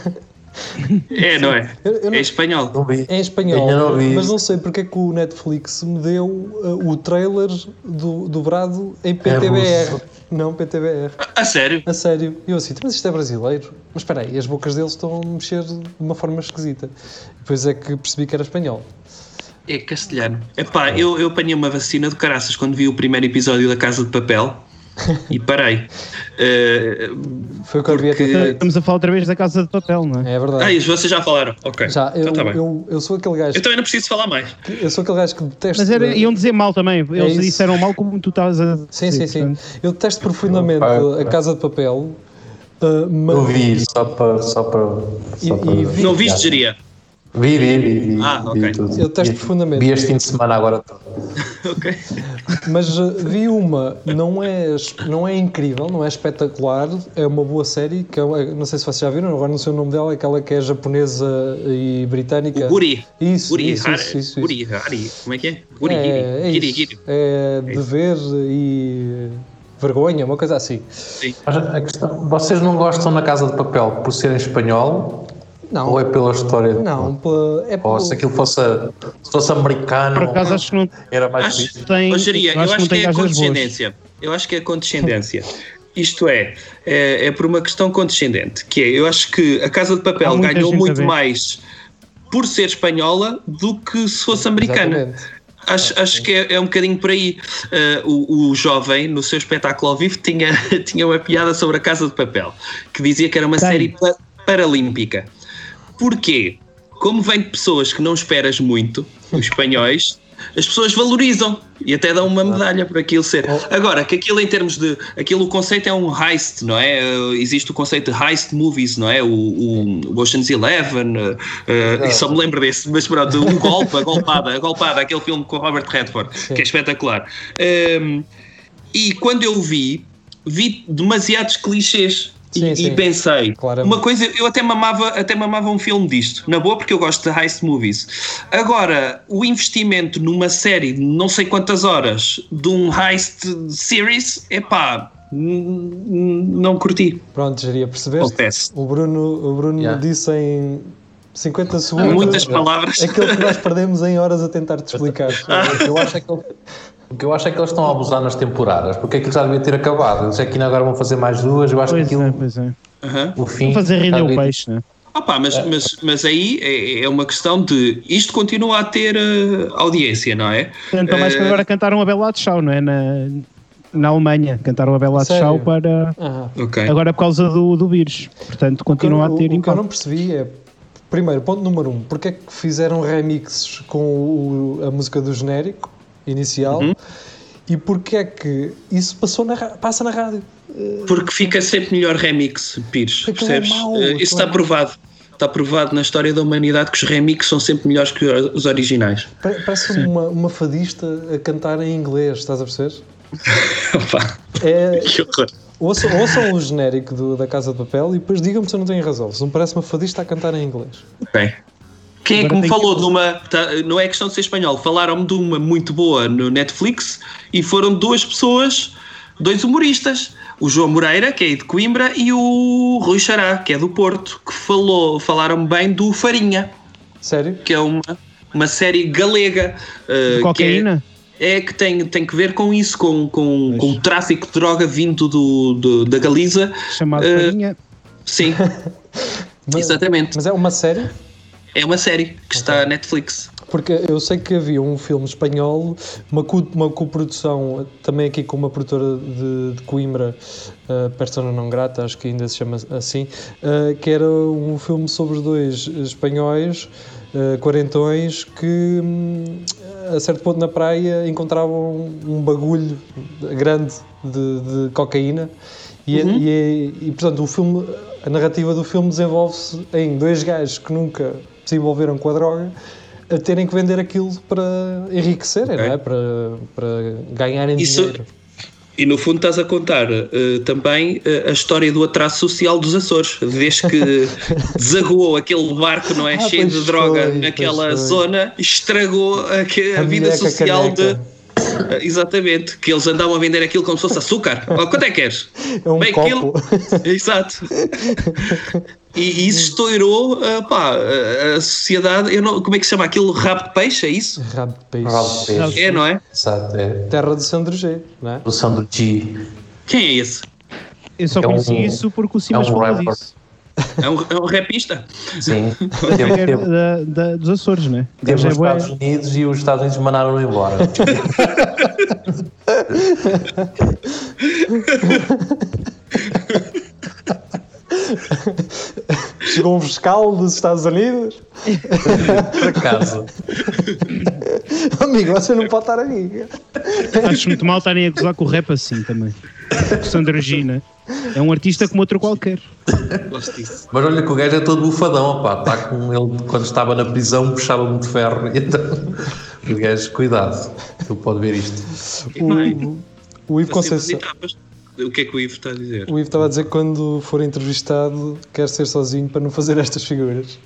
É, não é? Eu, eu não, é espanhol. Não vi. É espanhol, não vi. Mas não sei porque é que o Netflix me deu uh, o trailer do, dobrado em P T B R. É não, P T B R. A, a sério? A sério. E eu assim, mas isto é brasileiro? Mas espera aí, as bocas deles estão a mexer de uma forma esquisita. Depois é que percebi que era espanhol. É castelhano. Epá, eu, eu apanhei uma vacina de caraças quando vi o primeiro episódio da Casa de Papel. E parei. Uh, Foi o que eu devia ter feito. Estamos a falar outra vez da Casa de Papel, não é? É verdade. Ah, isso vocês já falaram. Ok. Já, eu, então tá bem. Eu, eu sou aquele gajo. Eu também não preciso falar mais. Que, eu sou aquele gajo que detesto. Mas era, iam dizer mal também. Eles é disseram mal como tu estavas a dizer. Sim, sim, sim. Eu detesto profundamente a Casa de Papel. Uh, mas... Eu vi só para. Só para, só e, para... E vi... Não viste, Geria? Vi, vi, vi, vi. Ah, ok. Vi tudo. Eu testo profundamente. Vi este fim de semana agora. Ok. Mas uh, vi uma, não é, não é incrível, não é espetacular, é uma boa série, que é, não sei se vocês já viram, agora não sei o nome dela, aquela que é japonesa e britânica. O Guri. Isso, Guri, isso, Har- isso, isso, Guri, Hari. Como é que é? Guri, é, Giri, é, Giri, isso. Giri. É É dever e vergonha, uma coisa assim. Sim. Mas a questão, vocês não gostam na Casa de Papel por ser em espanhol? Não. Ou é pela história? Não, pela, é pelo... Ou se aquilo fosse, se fosse americano, por acaso acho que não era mais acho, difícil. Tem, eu, geria, eu acho, acho que, que é a condescendência. boas. Eu acho que é a condescendência. Isto é, é, é por uma questão condescendente, que é, eu acho que a Casa de Papel ganhou muito mais por ser espanhola do que se fosse americana. Exatamente. Acho, acho que é, é um bocadinho por aí. Uh, o, o jovem, no seu espetáculo ao vivo, tinha, tinha uma piada sobre a Casa de Papel, que dizia que era uma Tem. série pa- paralímpica. Porquê? Como vem de pessoas que não esperas muito, os espanhóis, as pessoas valorizam e até dão uma medalha por aquilo ser. Agora, que aquilo em termos de... Aquilo, o conceito é um heist, não é? Existe o conceito de heist movies, não é? O, o, o Ocean's Eleven, uh, uh, e só me lembro desse, mas pronto, o golpe, a golpada, a golpada, aquele filme com o Robert Redford, que é espetacular. Um, e quando eu vi, vi demasiados clichês. Sim, e, sim. e pensei, Claramente. uma coisa, eu até mamava, até mamava um filme disto, na boa, porque eu gosto de heist movies. Agora, o investimento numa série de não sei quantas horas de um heist series, epá, n- não curti. Pronto, Geria, percebeste? Acontece. O Bruno, o Bruno yeah. disse em cinquenta segundos. Muitas palavras. Aquilo que nós perdemos em horas a tentar te explicar. Eu acho é que O que eu acho é que eles estão a abusar nas temporadas, porque aquilo já devia ter acabado. Eles aqui agora vão fazer mais duas, eu acho pois que aquilo. É, pois é. Uhum. O fim. Vão fazer render o peixe, não é? Opa, mas, mas, mas aí é, é uma questão de isto continua a ter uh, audiência, não é? Então, mais uh, que agora cantaram a Bela Tchau, não é? Na, na Alemanha, cantaram a Bela Tchau para. Uhum. Okay. Agora por causa do, do vírus. Portanto, continua eu, a ter o, impacto. O que eu não percebi é. Primeiro, ponto número um, porque é que fizeram remixes com o, a música do genérico inicial? Uhum. E porquê é que isso passou na, passa na rádio? Porque fica sempre melhor remix, Pires, percebes? É mau, isso está é provado. Está provado na história da humanidade que os remixes são sempre melhores que os originais. Parece uma, uma fadista a cantar em inglês, estás a perceber? Opa, é, que horror. Ouçam, ouçam o genérico do, da Casa de Papel e depois digam-me se eu não tenho razão. Se não parece uma fadista a cantar em inglês. Ok. Quem é que me falou que... de uma... Tá, não é questão de ser espanhol. Falaram-me de uma muito boa no Netflix e foram duas pessoas, dois humoristas. O João Moreira, que é de Coimbra, e o Rui Xará, que é do Porto, que falou, falaram-me bem do Farinha. Sério? Que é uma, uma série galega. Uh, cocaína? Que é, é que tem, tem que ver com isso, com, com, com o tráfico de droga vindo do, do, da Galiza. Chamado uh, Farinha. Sim, mas, exatamente. Mas é uma série? É uma série que okay. está na Netflix. Porque eu sei que havia um filme espanhol, uma, co- uma coprodução também aqui com uma produtora de, de Coimbra, uh, Persona Não Grata, acho que ainda se chama assim, uh, que era um filme sobre os dois espanhóis, uh, quarentões, que hum, a certo ponto na praia encontravam um bagulho grande de, de cocaína e, Uhum. e, e, portanto, o filme, a narrativa do filme desenvolve-se em dois gajos que nunca se envolveram com a droga a terem que vender aquilo para enriquecerem, Ok. não é? Para, para ganharem Isso- dinheiro. E no fundo estás a contar uh, também uh, a história do atraso social dos Açores, desde que desaguou aquele barco, não é? Ah, cheio de pois droga foi, naquela pois foi. zona, estragou a, que- a A vida mulher com a social de. caneca. Uh, exatamente, que eles andavam a vender aquilo como se fosse açúcar. Oh, quanto é que queres? É um Bem, copo. Exato. E, e isso estourou, uh, pá, a, a sociedade. Eu não, como é que se chama aquilo? Rabo de peixe, é isso? Rabo de peixe. Rabo de peixe. É, não é? Exato, é. Terra do Sandro G, não é? O Sandro G. Quem é esse? Eu só É um- conheci isso porque o É Simas um falou rapper. disso. É um, é um rapista? Sim. É Teve, teve, da, da, dos Açores, né? teve Já é nos bué- Estados Unidos e os Estados Unidos mandaram-no embora. Chegou um fiscal dos Estados Unidos. Por acaso. Amigo, você não pode estar aqui. Acho muito mal estarem a gozar com o rap assim também. O Sandro G, né? É um artista como outro qualquer. Gosto disso. Mas olha que o gajo é todo bufadão, opá. Está com ele, quando estava na prisão, puxava muito ferro. Então, o gajo, cuidado. Ele pode ver isto. O, o Ivo Assim, Conceição. etapas. O que é que o Ivo está a dizer? O Ivo estava a dizer que quando for entrevistado quer ser sozinho para não fazer estas figuras.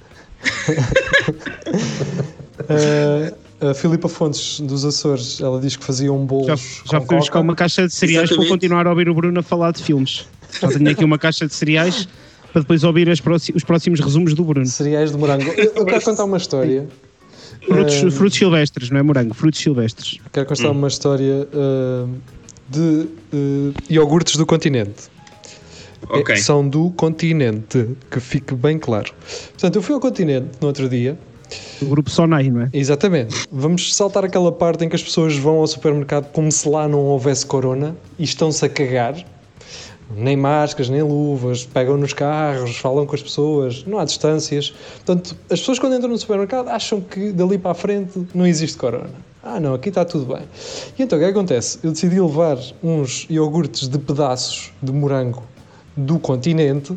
uh, a Filipa Fontes dos Açores, ela diz que fazia um bolos Já, já com fui buscar coca. uma caixa de cereais Exatamente. para continuar a ouvir o Bruno a falar de filmes. Já tenho aqui uma caixa de cereais para depois ouvir as próxi- os próximos resumos do Bruno. Cereais de morango. Eu, eu quero contar uma história. Frutos, Um, frutos silvestres, não é morango? Frutos silvestres. Quero contar uma história uh, de uh, iogurtes do continente. Ok. É, são do continente, que fique bem claro. Portanto, eu fui ao continente no outro dia. O grupo Sonai, não é? Exatamente. Vamos saltar aquela parte em que as pessoas vão ao supermercado como se lá não houvesse corona e estão-se a cagar. Nem máscaras, nem luvas, pegam nos carros, falam com as pessoas, não há distâncias. Portanto, as pessoas quando entram no supermercado acham que dali para a frente não existe corona. Ah não, aqui está tudo bem. E então o que acontece? Eu decidi levar uns iogurtes de pedaços de morango do continente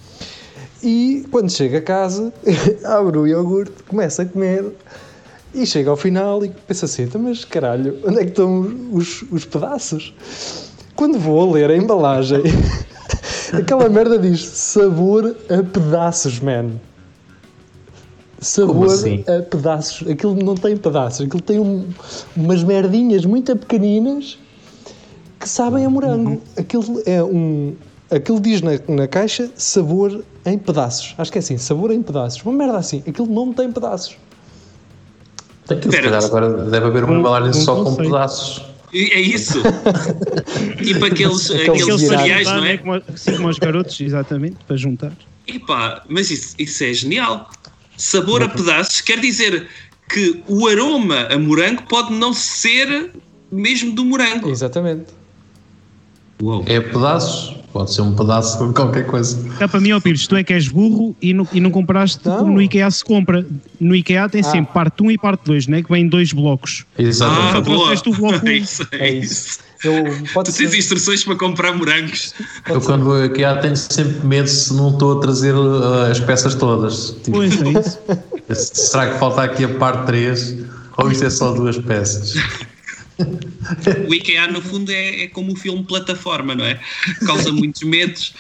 e quando chego a casa abro o iogurte, começo a comer e chego ao final e penso assim, "Então, mas caralho, onde é que estão os, os pedaços?" Quando vou a ler a embalagem, aquela merda diz sabor a pedaços, man. Sabor Como assim? a pedaços. Aquilo não tem pedaços, aquilo tem um- umas merdinhas muito pequeninas que sabem a morango. Aquilo é um. Aquilo diz na, na caixa sabor em pedaços. Acho que é assim, sabor em pedaços. Uma merda assim, aquilo não tem pedaços. Aquilo, se calhar, agora deve haver uma Um- embalagem um só com conceito. pedaços. E É isso. Tipo aqueles, Aqueles aqueles virados. cereais, Juntar, não né? é? Como, assim como os garotos, exatamente, para juntar. E pá, mas isso, isso é genial. Sabor a pedaços quer dizer que o aroma a morango pode não ser mesmo do morango. Exatamente. Uou. É pedaços, pode ser um pedaço de qualquer coisa. É para mim, ó Pires, tu é que és burro e não, e não compraste Não. como no IKEA se compra. No IKEA tem Ah. sempre parte um e parte dois, né? Que vem em dois blocos. Ah, Exatamente. Só boa. trouxeste o bloco um. É isso, é É isso. isso. Eu, pode Tu tens ser, instruções para comprar morangos. Eu quando vou aqui já tenho sempre medo se não estou a trazer uh, as peças todas. Tipo, Pois é isso. será que falta aqui a parte três ou isto é só duas peças? O IKEA, no fundo, é, é como o filme Plataforma, não é? Causa muitos medos.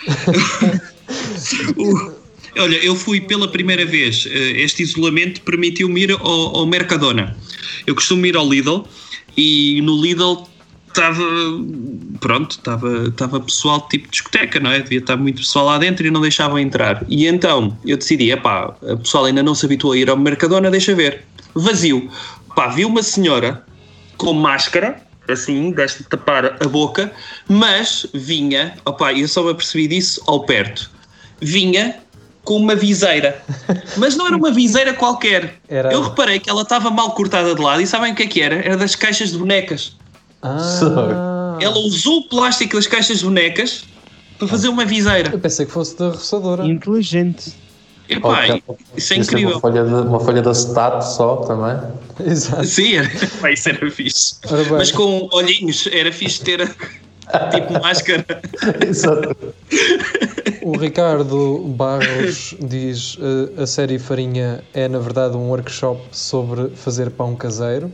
O- Olha, eu fui pela primeira vez, eh, este isolamento permitiu-me ir ao, ao Mercadona. Eu costumo ir ao Lidl e no Lidl estava, pronto, estava, estava pessoal tipo discoteca, não é? Devia estar muito pessoal lá dentro e não deixavam entrar. E então eu decidi, epá, o pessoal ainda não se habituou a ir ao Mercadona, deixa ver. Vazio. Pá, vi uma senhora com máscara, assim, deste tapar a boca, mas vinha, opá, eu só me apercebi disso ao perto, vinha com uma viseira. Mas não era uma viseira qualquer. Era... Eu reparei que ela estava mal cortada de lado e sabem o que é que era? Era das caixas de bonecas. Ah. Ela usou o plástico das caixas de bonecas para fazer uma viseira. Eu pensei que fosse da roçadora. Inteligente. Epá, Ok. isso é Isso incrível. Uma folha, de, uma folha de acetato só também. Exato. Sim, era, pá, isso era fixe. Ora bem. Mas com olhinhos, era fixe ter tipo máscara. Exato. O Ricardo Barros diz uh, a série Farinha é na verdade um workshop sobre fazer pão caseiro.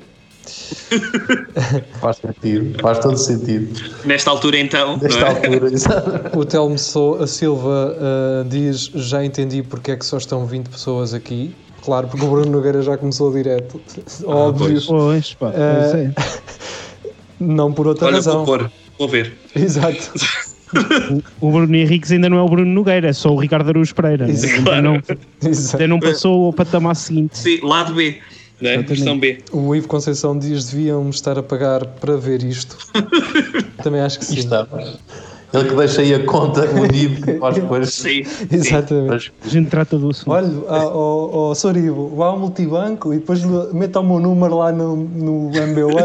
Faz sentido, faz todo sentido. Nesta altura então, Nesta não é? altura, exato. O Telmo So- a Silva uh, diz já entendi porque é que só estão vinte pessoas aqui. Claro, porque o Bruno Nogueira já começou direto. Óbvio. Pois, pá, Eh, pois é. Não por outra Olha, razão. vou pôr, vou ver. Exato. O Bruno Henriques ainda não é o Bruno Nogueira, é só o Ricardo Araújo Pereira. Né? Exato. Ainda, não, Exato. ainda não passou ao patamar seguinte. Sim, lado B, né? Versão B. O Ivo Conceição diz deviam estar a pagar para ver isto. Também acho que sim. Estamos. Ele que deixa aí a conta, o N I B, que faz depois. Sim, sim. Exatamente. A gente trata do assunto. Olha, ao, ao Sorivo, vá ao multibanco e depois meta o meu número lá no, no M B W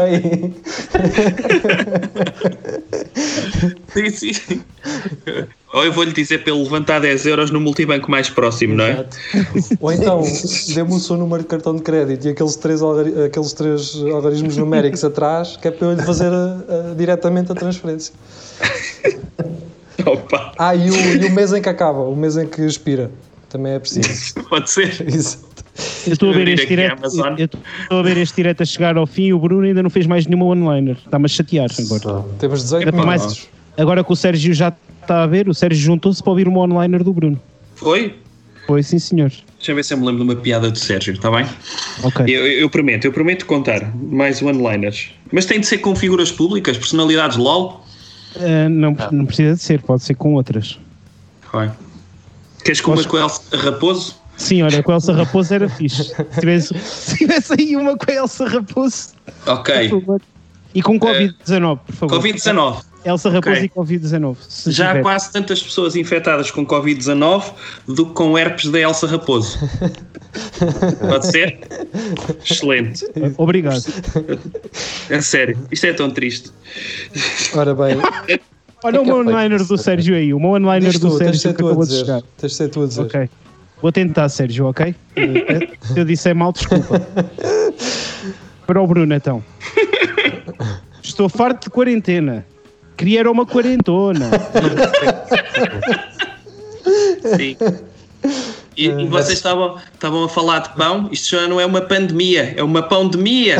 A. Sim, sim. Ou eu vou-lhe dizer para ele levantar dez euros no multibanco mais próximo, não é? Exato. Ou então, dê-me o seu número de cartão de crédito e aqueles três, algori- aqueles três algarismos numéricos atrás, que é para eu lhe fazer a- a- diretamente a transferência. Opa, Ah, e o, e o mês em que acaba, o mês em que expira. Também é preciso. pode ser. Exato. Eu estou a ver Abrir este aqui a direto, Amazon. eu estou a ver este direto a chegar ao fim e o Bruno ainda não fez mais nenhuma one-liner. Está-me a chatear agora. Temos dezoito É para mais- minutos. Agora que o Sérgio já está a ver, o Sérgio juntou-se para ouvir uma one-liner do Bruno. Foi? Foi, sim senhor. Deixa eu ver se eu me lembro de uma piada do Sérgio, está bem? Ok. Eu, eu prometo, eu prometo contar mais one-liners. Mas tem de ser com figuras públicas, personalidades LOL. Uh, não, não precisa de ser, pode ser com outras. Vai. Queres com uma Posso- com Elsa Raposo? Sim, olha, com a Elsa Raposo era fixe. Se tivesse, se tivesse aí uma com a Elsa Raposo, Ok. por favor. E com covid dezanove, por favor. covid dezanove. Elsa Raposo Ok. e covid dezanove. se Já há tiver. quase tantas pessoas infectadas com covid dezanove do que com herpes da Elsa Raposo. Pode ser? Excelente. Obrigado. É sério. Isto é tão triste. Ora bem, Olha uma one-liner do Sérgio aí, uma one-liner diz do tu, tens de Sérgio ser que tu a acabou de dizer. chegar. Tens de ser tu a dizer. Ok. Vou tentar, Sérgio, ok? Eh, Se eu disser mal, desculpa. Para o Bruno, então. Estou farto de quarentena. Queria era uma quarentona. Sim. E, e vocês estavam, estavam a falar de pão? Isto já não é uma pandemia, é uma pandemia.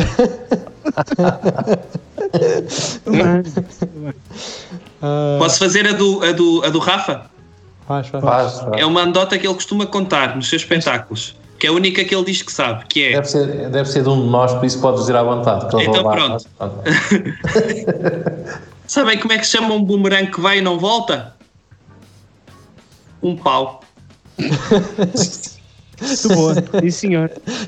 Ah, Posso fazer a do, a do, a do Rafa? faz, faz. Faz, faz. É uma anedota que ele costuma contar nos seus espetáculos, que é a única que ele diz que sabe, que é... Deve ser, deve ser de um de nós, por isso podes dizer à vontade. que eles Então vão lá. pronto. Sabem como é que se chama um boomerang que vai e não volta? Um pau. Muito boa. Sim, senhor.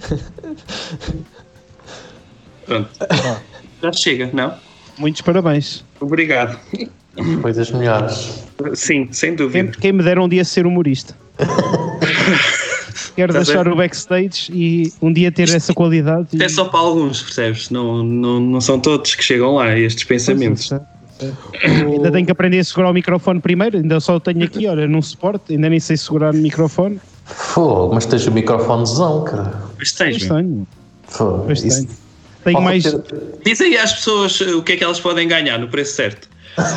Pronto. Já chega, não? Muitos parabéns. Obrigado. Foi das melhores. Sim, sem Quem, dúvida. quem me dera um dia ser humorista. Quero Estás a deixar ver? o backstage e um dia ter essa qualidade. Isto é só para alguns, percebes? Não, não, não são todos que chegam lá a estes pensamentos. Ainda tenho que aprender a segurar o microfone primeiro, ainda só o tenho aqui, olha, num suporte, ainda nem sei segurar o microfone. Fogo, mas tens o microfonezão, cara. Mas tens, Pois meu. tenho, Fogo. pois Isso- tenho. Tenho Falta mais. ter- Diz aí às pessoas uh, o que é que elas podem ganhar no preço certo.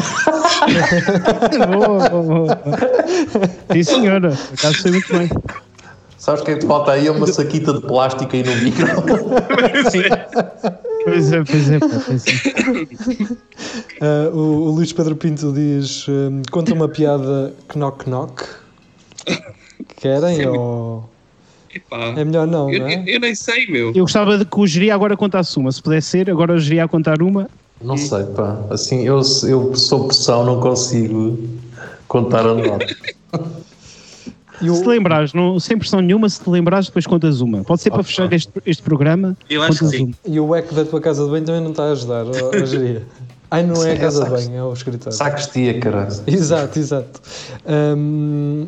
Boa, boa, boa. Sim, senhora, por acaso sei muito bem. Sabes o que é que te falta aí? É uma saquita de plástico aí no micro. Pois é, pois é, pá, pois é. Ah, o, o Luís Pedro Pinto diz: hum, conta uma piada knock knock. Querem Sim. ou. Epá, É melhor não, eu, não é? eu- eu nem sei, meu. Eu gostava de que o Geria agora contasse uma, se pudesse ser, agora o Geria a contar uma. Não sei, pá. Assim, eu, eu sou pressão, não consigo contar a nota. E o- Se te lembrares, não, sem pressão nenhuma, se te lembrares, depois contas uma. Pode ser para Ok. fechar este, este programa. Eu acho contas que sim. uma. E o eco da tua casa de banho também não está a ajudar, ó, ó, Geria. Ai, não é a Sim, casa é de sacos- banho, é o escritório. Sacristia, caralho. Exato, exato. Hum,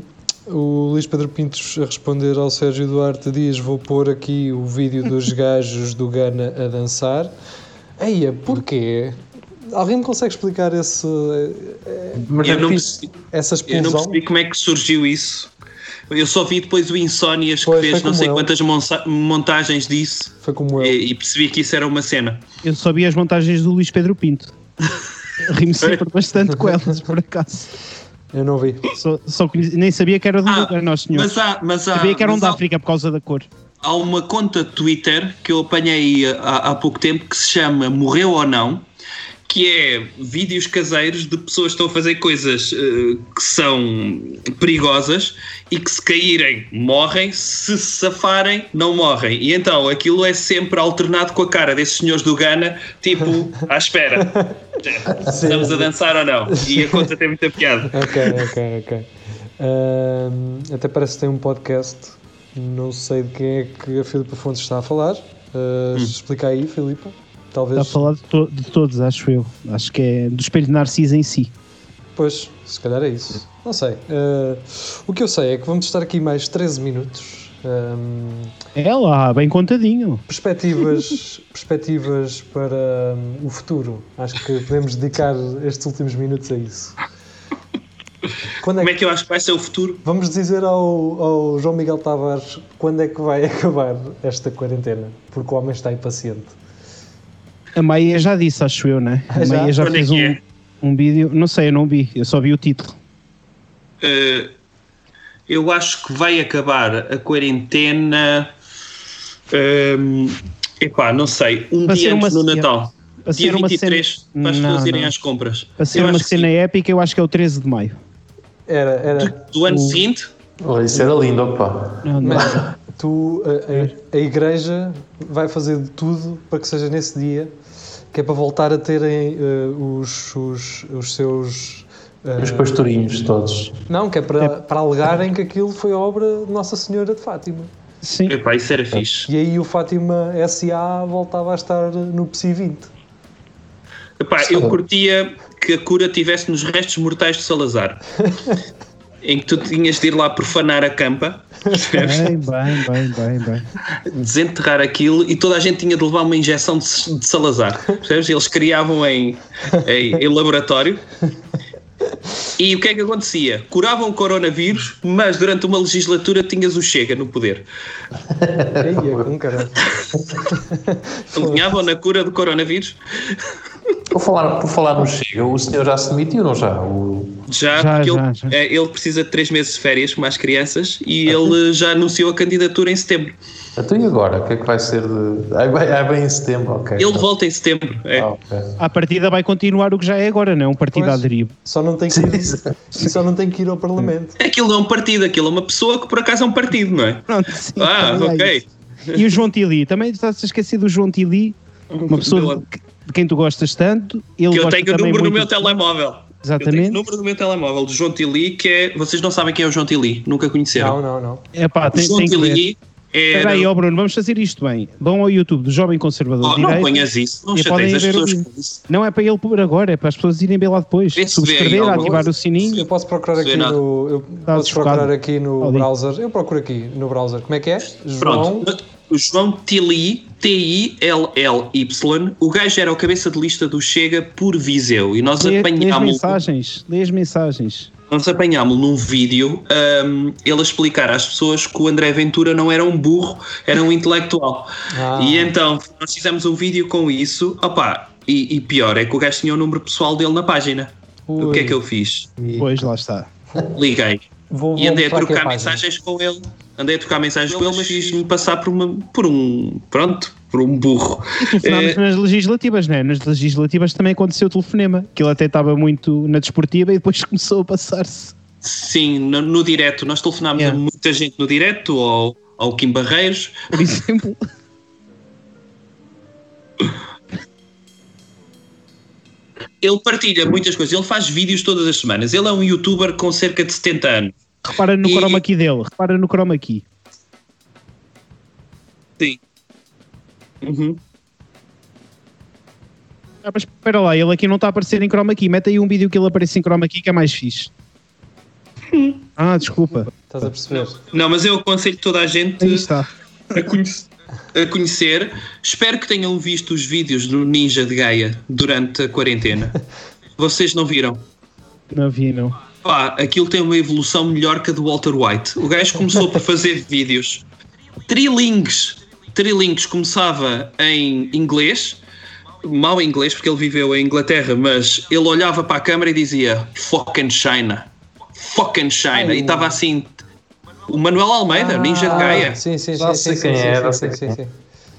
o Luís Pedro Pintos a responder ao Sérgio Duarte Dias, vou pôr aqui o vídeo dos gajos do Gana a dançar. Eia, porquê? Alguém me consegue explicar esse, Mas Eu é não, fixe. percebi, essa eu explosão? não percebi como é que surgiu isso. Eu só vi depois o Insónias que Pois, fez foi não como sei eu. quantas monsa- montagens disso Foi como eu. e, e percebi que isso era uma cena. Eu só vi as montagens do Luís Pedro Pinto. Rimo sempre bastante com elas, por acaso. Eu não vi. Só, só conheci- nem sabia que era do Ah, lugar, nosso senhor. Mas há, mas há, Sabia que eram mas da há- África por causa da cor. há uma conta de Twitter que eu apanhei há, há pouco tempo que se chama Morreu ou Não, que é vídeos caseiros de pessoas que estão a fazer coisas uh, que são perigosas e que se caírem morrem, se se safarem não morrem. E então aquilo é sempre alternado com a cara desses senhores do Ghana, tipo, à espera. Estamos a dançar ou não? E a conta tem muita piada. Ok, ok, ok. Ahm, até parece que tem um podcast. Não sei de quem é que a Filipa Fontes está a falar. Uh, Explica aí, Filipa. Talvez. Está a falar de, to- de todos, acho eu. Acho que é do Espelho de Narciso em si. Pois, se calhar é isso. Não sei. Uh, o que eu sei é que vamos estar aqui mais treze minutos. Um, É lá, bem contadinho. perspectivas, perspectivas para um, o futuro. Acho que podemos dedicar estes últimos minutos a isso. Quando é Como que, é que eu acho que vai ser o futuro? vamos dizer ao, ao João Miguel Tavares quando é que vai acabar esta quarentena? Porque o homem está impaciente. A Maia já disse, acho eu, né? A Já? Maia já Quando é fez que um, é? um vídeo. Não sei, eu não vi. Eu só vi o título. Uh, eu acho que vai acabar a quarentena. Um, epá, não sei, um Para dia ser uma antes do cena- Natal. Para Dia ser uma vinte e três, cena- para as Não, pessoas irem não. às compras. Para ser Eu uma acho que cena sim. épica, eu acho que é o treze de maio. Era, era. do, do ano o- seguinte. Olha, isso era lindo, opa. Não, não. Mas tu, a, a- a igreja vai fazer de tudo para que seja nesse dia, que é para voltar a terem eh, os, os, os seus... eh, Os pastorinhos todos. não, que é para, para alegarem que aquilo foi obra de Nossa Senhora de Fátima. Sim. Epá, isso era fixe. E aí o Fátima S A voltava a estar no P S I vinte. Epá, eu curtia que a cura estivesse nos restos mortais de Salazar. Em que tu tinhas de ir lá profanar a campa, percebes? Bem, bem, bem, bem, bem. Desenterrar aquilo e toda a gente tinha de levar uma injeção de, de Salazar, percebes? Eles criavam em, em, em laboratório. E o que é que acontecia? Curavam o coronavírus, mas durante uma legislatura tinhas o Chega no poder. Aí é com caralho. Alinhavam na cura do coronavírus. Por falar, por falar no Chega, o senhor já se demitiu, não já? O... Já, Já, porque já, ele, já. é, ele precisa de três meses de férias como as crianças e ele já anunciou a candidatura em setembro. Então e agora? O que é que vai ser de... Ah, bem, ah, bem em setembro, ok. Ele volta em setembro. É. Ah, ok. À partida vai continuar o que já é agora, não é? Um partido Pois. aderido. Só não tem que ir, só não tem que ir ao Parlamento. Aquilo não é um partido, aquilo é uma pessoa que por acaso é um partido, não é? Pronto, sim, Ah, também há ok. isso. E o João Tili? Também estás a esquecer do João Tili? Uma pessoa de, de quem tu gostas tanto. Ele Que eu gosta tenho o também número do muito meu de- telemóvel. Eu tenho Exatamente. o número do meu telemóvel, do João Tili, que é... Vocês não sabem quem é o João Tili, nunca conheceram. Não, não, não. É pá, O tem, João tem que ver. Tili era... Espera aí, ó Bruno, vamos fazer isto bem. Vão ao YouTube do Jovem Conservador Oh, de não Direita. ponhas isso, não E podem chateias as ver o pessoas vídeo. com isso. Não é para ele pôr agora, é para as pessoas irem ver lá depois. Vê se vê aí Subscrever, alguma ativar coisa. o sininho. Eu posso procurar Se aqui vê nada. no. Eu posso desfocado. procurar aqui no Ali. browser. Eu procuro aqui no browser. Como é que é? João. Pronto, o João Tili, T I L L Y, o gajo era o cabeça de lista do Chega por Viseu e nós Lê, lê as apanhámos mensagens. Lê as mensagens. nós apanhámos num vídeo um, ele a explicar às pessoas que o André Ventura não era um burro, era um intelectual. Ah. E então nós fizemos um vídeo com isso, opá, e, e pior é que o gajo tinha o número pessoal dele na página. Ui. O que é que eu fiz? Pois, lá está. Liguei. Vou, E andei a vou mostrar aqui trocar página. mensagens com ele. Andei a trocar mensagens com ele, mas fiz-me passar por, uma, por um. Pronto, por um burro. Telefonámos Eh, nas legislativas, não é? Nas legislativas também aconteceu o telefonema. Que ele até estava muito na desportiva e depois começou a passar-se. sim, no, no direto. Nós telefonámos Yeah. a muita gente no direto, ao, ao Kim Barreiros. Por exemplo. Ele partilha muitas coisas. Ele faz vídeos todas as semanas. Ele é um youtuber com cerca de setenta anos. Repara no E- chroma key dele. Repara no chroma key. Sim. Uhum. Ah, mas espera lá, ele aqui não está a aparecer em chroma key. Mete aí um vídeo que ele aparece em chroma key que é mais fixe. Ah, desculpa. Estás a perceber? Não, mas eu aconselho toda a gente Aí está. a, conhece- a conhecer. Espero que tenham visto os vídeos do Ninja de Gaia durante a quarentena. Vocês não viram? Não vi, não. Pá, aquilo tem uma evolução melhor que a do Walter White. O gajo começou por fazer vídeos trilingues. Trilingues começava em inglês, mau em inglês porque ele viveu em Inglaterra, mas ele olhava para a câmara e dizia fucking China. Fucking China. Ai, e estava assim... O Manuel Almeida, Ninja de Gaia. Sim, sim, Já sim, sei sim, quem sim, é, sim, já sim, sei sim, quem sim.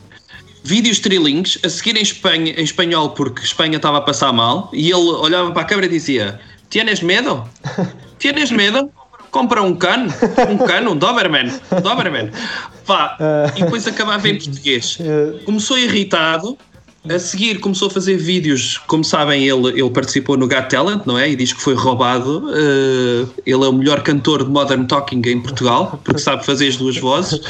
Vídeos trilingues, a seguir em, Espanha, em espanhol, porque Espanha estava a passar mal, e ele olhava para a câmera e dizia: Tienes medo? Tienes medo? Compra um cano, um cano, um Doberman, Doberman. Pá, e depois acabava em português. Começou irritado, a seguir começou a fazer vídeos, como sabem, ele, ele participou no Got Talent, não é? E diz que foi roubado. Uh, ele é o melhor cantor de Modern Talking em Portugal, porque sabe fazer as duas vozes.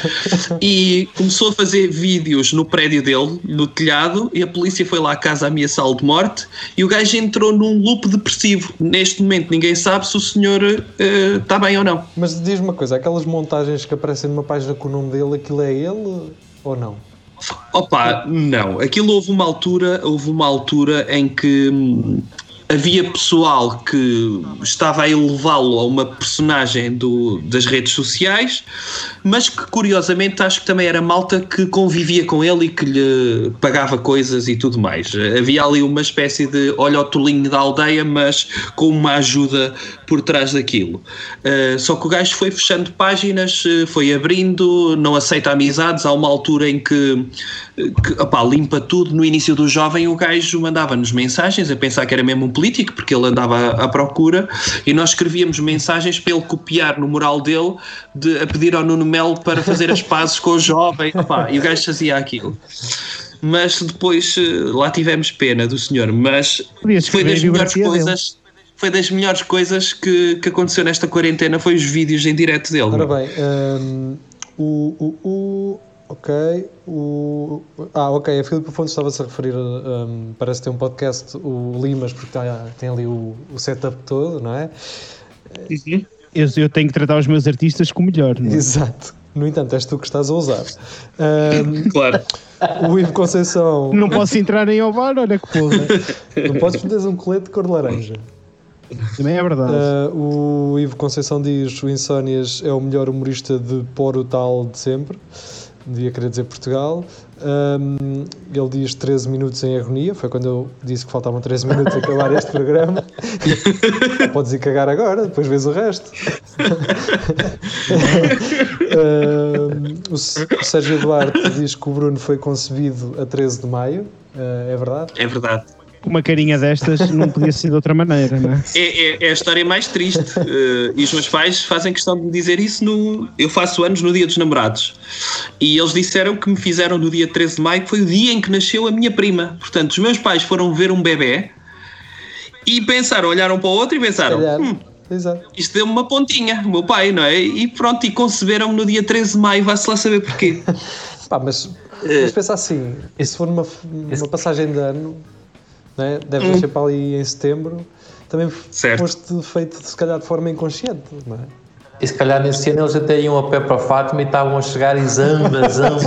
E começou a fazer vídeos no prédio dele, no telhado, e a polícia foi lá à casa ameaçá-lo de morte, e o gajo entrou num loop depressivo. Neste momento ninguém sabe se o senhor uh, está bem ou não. Mas diz-me uma coisa, aquelas montagens que aparecem numa página com o nome dele, aquilo é ele ou não? Opa, não. Aquilo houve uma altura, houve uma altura em que hum, havia pessoal que estava a elevá-lo a uma personagem do, das redes sociais, mas que curiosamente acho que também era malta que convivia com ele e que lhe pagava coisas e tudo mais. Havia ali uma espécie de olha o tolinho da aldeia, mas com uma ajuda por trás daquilo. Uh, só que o gajo foi fechando páginas, foi abrindo, não aceita amizades. Há uma altura em que, que opá, limpa tudo. No início do Jovem o gajo mandava-nos mensagens a pensar que era mesmo um político, porque ele andava à, à procura, e nós escrevíamos mensagens para ele copiar no mural dele, de, a pedir ao Nuno Melo para fazer as pazes com o Jovem, opá, e o gajo fazia aquilo. Mas depois lá tivemos pena do senhor, mas foi das melhores coisas... Foi das melhores coisas que, que aconteceu nesta quarentena, foi os vídeos em direto dele. Ora bem, um, o, o, o, ok, o, ah, ok, a Filipe Fontes estava-se a referir, um, parece ter um podcast, o Limas, porque tá, tem ali o, o setup todo, não é? Uhum. Eu, eu tenho que tratar os meus artistas como melhor, não é? Exato. No entanto, és tu que estás a usar. Um, claro. O Ivo Conceição... Não posso entrar em Ovar, olha que porra. Não podes meter um colete de cor de laranja. Também é verdade. Uh, o Ivo Conceição diz: o Insónias é o melhor humorista de pôr o tal de sempre. Devia querer dizer Portugal. Um, ele diz treze minutos em agonia. Foi quando eu disse que faltavam treze minutos a acabar este programa. Podes ir cagar agora, depois vês o resto. um, o Sérgio Duarte diz que o Bruno foi concebido a treze de maio. Uh, é verdade? É verdade. Uma carinha destas não podia ser de outra maneira, não é? É, é, é a história mais triste. Uh, e os meus pais fazem questão de me dizer isso no... Eu faço anos no dia dos namorados. E eles disseram que me fizeram no dia treze de maio, que foi o dia em que nasceu a minha prima. Portanto, os meus pais foram ver um bebé e pensaram, olharam para o outro e pensaram... Hum, Exato. isto deu-me uma pontinha, o meu pai, não é? E pronto, e conceberam-me no dia treze de maio, vai-se lá saber porquê. Pá, mas, mas pensa assim, e se for numa, uma passagem de ano... Não é? Deve nascer para ali em setembro, também certo. Foste feito se calhar de forma inconsciente, não é? E se calhar nesse ano eles até iam a pé para Fátima e estavam a chegar e zamba, zamba.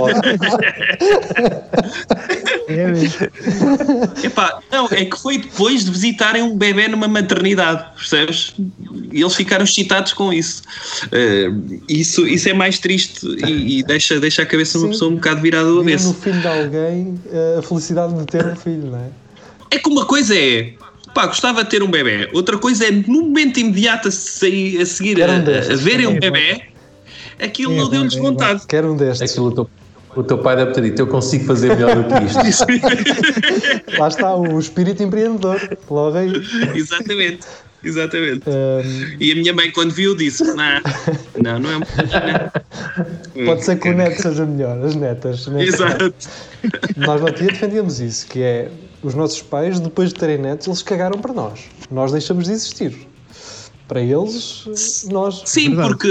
É mesmo. Epá, não, é que foi depois de visitarem um bebê numa maternidade, percebes? E eles ficaram excitados com isso. Uh, isso, isso é mais triste e, e deixa, deixa a cabeça de uma pessoa um bocado virada do avesso. No filho de alguém a felicidade de ter um filho, não é? É que uma coisa é, pá, gostava de ter um bebê, outra coisa é no momento imediato a, sair, a seguir a, a, a verem um bebê, aquilo não deu-lhes vontade. Quero um destes. Aquilo, o, teu, o teu pai deve ter dito, eu consigo fazer melhor do que isto. Lá está, o espírito empreendedor, logo aí. Exatamente. Exatamente. Um... E a minha mãe, quando viu, disse: Não, não, não é um. Pode ser que o neto seja melhor, as netas. netas. Exato. Nós na tia defendíamos isso, que é os nossos pais, depois de terem netos, eles cagaram para nós. Nós deixamos de existir. Para eles, nós. Sim, porque,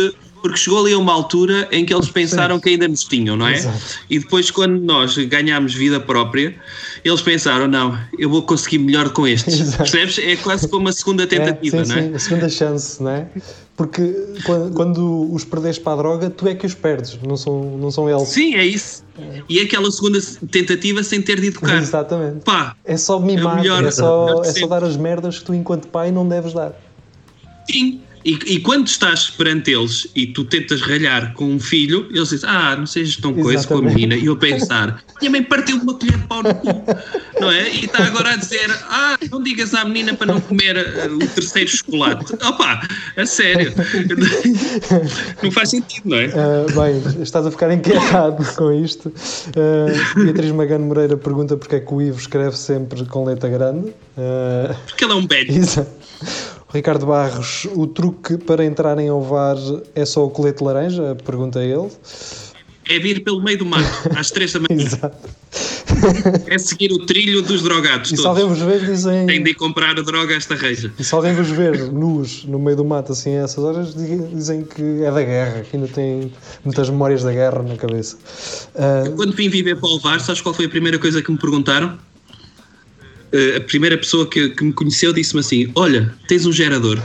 porque chegou ali a uma altura em que eles pensaram que ainda nos tinham, não é? Exato. E depois, quando nós ganhámos vida própria, eles pensaram, não, eu vou conseguir melhor com estes. Exato. Percebes? É quase como uma segunda tentativa, é, sim, não é? sim, a segunda chance, não é? Porque quando, quando os perdes para a droga, tu é que os perdes, não são, não são eles. Sim, é isso. E aquela segunda tentativa sem ter de educar. Exatamente. Pá, É só mimar, É o melhor- é, só, melhor é só sempre. dar as merdas que tu, enquanto pai, não deves dar. sim. E, e quando estás perante eles e tu tentas ralhar com um filho, eles dizem, ah, não sejas tão coisa com a Exatamente. menina. E eu pensar, minha mãe partiu uma colher de pau no cu, não é? E está agora a dizer, ah, não digas à menina para não comer uh, o terceiro chocolate. Opa, a sério. Não faz sentido, não é? Uh, bem, estás a ficar inquietado com isto. Uh, Beatriz Magano Moreira pergunta porque é que o Ivo escreve sempre com letra grande. Uh, Porque ele é um bad. Exato. Ricardo Barros, o truque para entrarem ao V A R é só o colete laranja? Pergunta ele. É vir pelo meio do mato, às três da manhã. Exato. É seguir o trilho dos drogados E se alguém todos. vos ver, dizem. Tem de ir comprar a droga a esta reja. E se alguém vos ver nus no meio do mato assim a essas horas, di- dizem que é da guerra, que ainda tem muitas memórias da guerra na cabeça. Uh, Quando vim viver para o Alvar, sabes qual foi a primeira coisa que me perguntaram? Uh, a primeira pessoa que, que me conheceu disse-me assim, olha, tens um gerador.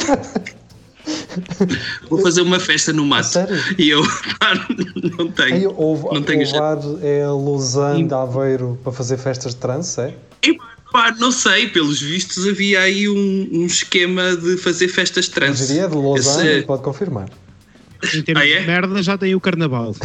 Vou fazer uma festa no mato. sério? E eu, pá, não tenho. aí, o, não tenho o V A R é a Lausanne de Aveiro para fazer festas de trance, é? E, pá, não sei, pelos vistos havia aí um, um esquema de fazer festas de Eu trance. diria de Lausanne, Esse- pode confirmar. Em termos Ah, é? de merda, já tem o carnaval.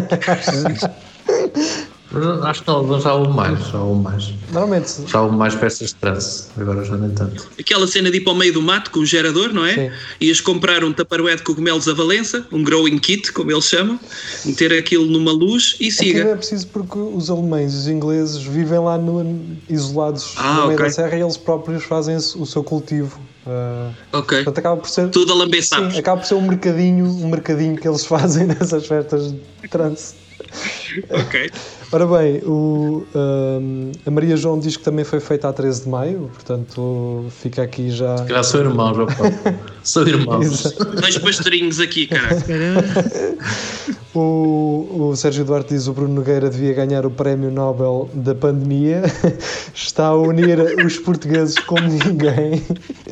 Mas acho que não, já houve mais, já houve mais. Normalmente, Já houve mais peças de trance, agora já nem tanto. Aquela cena de ir para o meio do mato com um gerador, não é? Sim. Ias comprar um taparoé de cogumelos a Valença, um growing kit, como eles chamam, meter aquilo numa luz e aquilo é siga. preciso porque os alemães e os ingleses vivem lá no- isolados Ah, no meio ok. da serra e eles próprios fazem o seu cultivo. Uh, Ok. portanto, acaba por ser. Tudo a lamber sapos. Sim, acaba por ser um mercadinho, um mercadinho que eles fazem nessas festas de trance. Ok. Ora bem, o, um, a Maria João diz que também foi feita a treze de maio, portanto fica aqui já. Já sou irmão, já pode. Sou irmãos. Exato. Dois pastorinhos aqui, caralho. O, o Sérgio Duarte diz que o Bruno Nogueira devia ganhar o Prémio Nobel da Pandemia. Está a unir os portugueses como ninguém.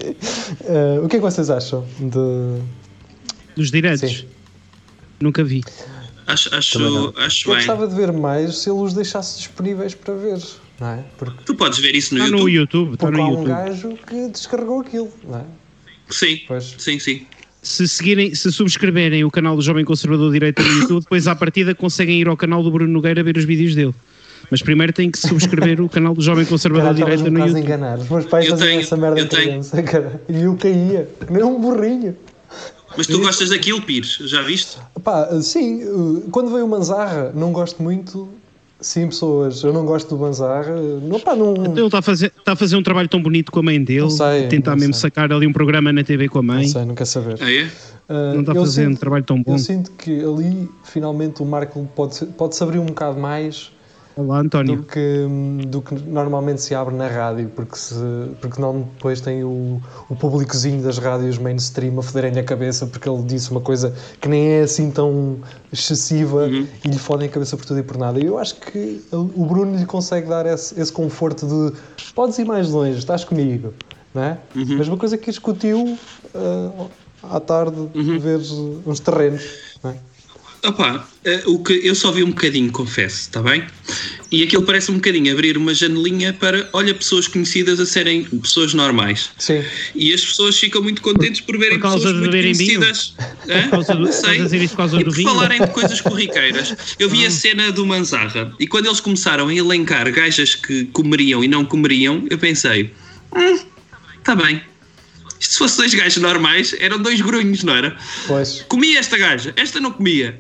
Uh, o que é que vocês acham de. Dos direitos. Sim. Nunca vi. Acho, acho, acho Eu bem. gostava de ver mais se ele os deixasse disponíveis para ver, não é? Porque, Tu podes ver isso no Está no YouTube. YouTube. Está porque no há um YouTube. gajo que descarregou aquilo, não é? Sim, Pois. sim, sim. Se seguirem, se subscreverem o canal do Jovem Conservador de Direita no YouTube, depois à partida conseguem ir ao canal do Bruno Nogueira ver os vídeos dele. Mas primeiro têm que subscrever o canal do Jovem Conservador Caralho, de estavas Direita um no bocado a YouTube. enganar. Os meus pais Eu faziam tenho, essa merda eu em tenho. criança, cara. E eu caía, que nem um burrinho. Mas tu gostas daquilo, Pires? Já viste? Pá, sim, uh, quando veio o Manzarra, não gosto muito. Sim, pessoas, eu não gosto do Manzarra. Não, pá, não. Então ele está a, fazer, está a fazer um trabalho tão bonito com a mãe dele, Não sei, tentar não mesmo sei. sacar ali um programa na T V com a mãe. Não sei, não quer saber. Ah, é? Uh, Não está a eu fazer um sinto- trabalho tão bom. Eu sinto que ali, finalmente, o Marco pode, pode se abrir um bocado mais Olá, António. do que, do que normalmente se abre na rádio, porque, se, porque não depois tem o, o públicozinho das rádios mainstream a foderem-lhe a cabeça porque ele disse uma coisa que nem é assim tão excessiva Uhum. e lhe fodem a cabeça por tudo e por nada. E eu acho que ele- o Bruno lhe consegue dar esse, esse conforto de podes ir mais longe, estás comigo, não é? Uhum. Mesma coisa que discutiu uh, à tarde, Uhum. ver uns terrenos, não é? Opa, eh, o que eu só vi um bocadinho, confesso, está bem? E aquilo parece um bocadinho abrir uma janelinha para, olha, pessoas conhecidas a serem pessoas normais. Sim. E as pessoas ficam muito contentes por verem Por causa pessoas de muito beberem vinho? conhecidas. Hã? Por causa do- Não estás a sei. dizer isso por causa E do por vinho? falarem de coisas corriqueiras, eu vi a cena do Manzarra e quando eles começaram a elencar gajas que comeriam e não comeriam, eu pensei, hum, está bem. Isto se fosse dois gajos normais, eram dois grunhos, não era? Pois. Comia esta gaja, esta não comia.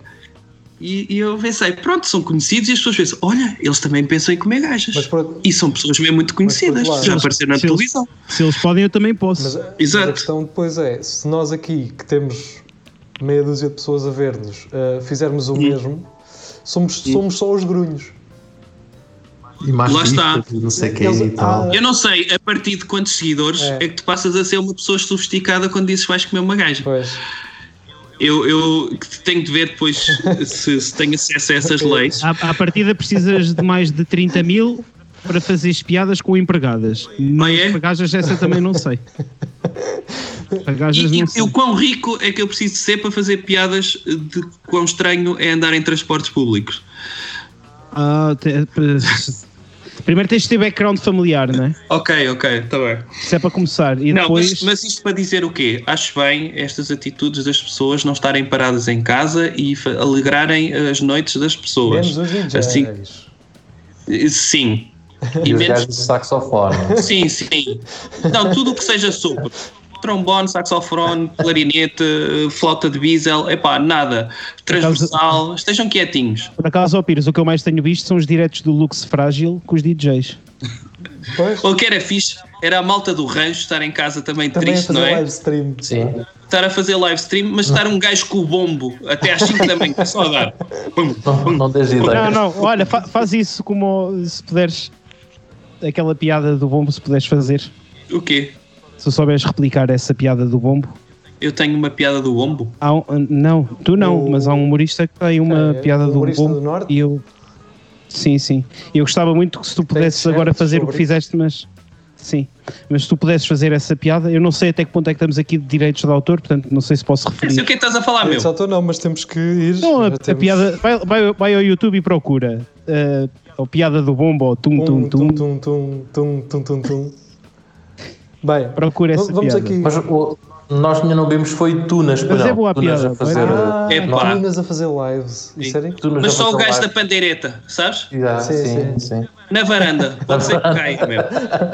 E, e eu pensei, pronto, são conhecidos e as pessoas pensam, olha, eles também pensam em comer gajas. Mas por- E são pessoas mesmo muito conhecidas, lado- já apareceram na Se eles- televisão. Se eles podem, eu também posso. Mas, mas Exato. a questão depois é, se nós aqui, que temos meia dúzia de pessoas a ver-nos, uh, fizermos o mesmo, somos, somos só os grunhos. E mais Lá está. vistas, e não sei o que Eles- e tal. ah, Eu não sei a partir de quantos seguidores É. é. que tu passas a ser uma pessoa sofisticada quando dizes que vais comer uma gaja. Pois. Eu, eu tenho de ver depois se, se tenho acesso a essas leis. À, à partida precisas de mais de trinta mil para fazer piadas com empregadas. Mas é? para gajas essa também não sei. Para gajas E, não e sei. o quão rico é que eu preciso ser para fazer piadas de quão estranho é andar em transportes públicos? Ah, te- pe- Primeiro tens de ter background familiar, não é? Ok, ok, está bem. Isso é para começar. E Não, depois... mas, mas isto para dizer o quê? Acho bem estas atitudes das pessoas não estarem paradas em casa e fa- alegrarem as noites das pessoas. Menos os D Js. Assim, sim. E, E os menos, gajos de saxofone. sim, sim. Não, tudo o que seja sopro. Trombone, saxofone, clarinete, flauta de diesel, epá, nada. Transversal, estejam quietinhos. Por acaso, ó Pires, o que eu mais tenho visto são os diretos do Lux Frágil com os D Js. Pois, O que era fixe era a malta do rancho estar em casa também, também a triste, fazer não é? live stream. Sim. Estar a fazer live stream, mas estar um gajo com o bombo até às cinco da manhã, só a dar. Bum, Não, bum. não tens Não, ideia. não, olha, fa- faz isso como se puderes. Aquela piada do bombo, se puderes fazer. O quê? Se souberes replicar essa piada do bombo. Eu tenho uma piada do bombo? Há um- não, tu não, O- mas há um humorista que tem uma É, piada o do humorista bombo. do Norte? E eu. Sim, sim. Eu gostava muito que se tu pudesses certos agora fazer o que sobre fizeste, mas. Sim. Mas se tu pudesses fazer essa piada, eu não sei até que ponto é que estamos aqui de direitos de autor, portanto não sei se posso Não sei o referir. que é que estás a falar, meu. Só estou não, mas temos que ir. Não, a, Já a temos piada. Vai, vai, vai ao YouTube e procura. Uh, a piada do bombo, ou tum tum um tum. tum tum tum tum tum tum. Bem, Procura essa v- vamos piada. aqui. Mas o, nós ainda não vimos foi Tunas, Mas não. é boa a Tunas piada, a fazer. Ah, É pá. Tunas a fazer lives. Isso era incrível. Tunas Mas a só o fazer gajo da live. pandeireta, sabes? Yeah, Sim, sim, sim. sim. Na varanda. Pode ser que caia, meu.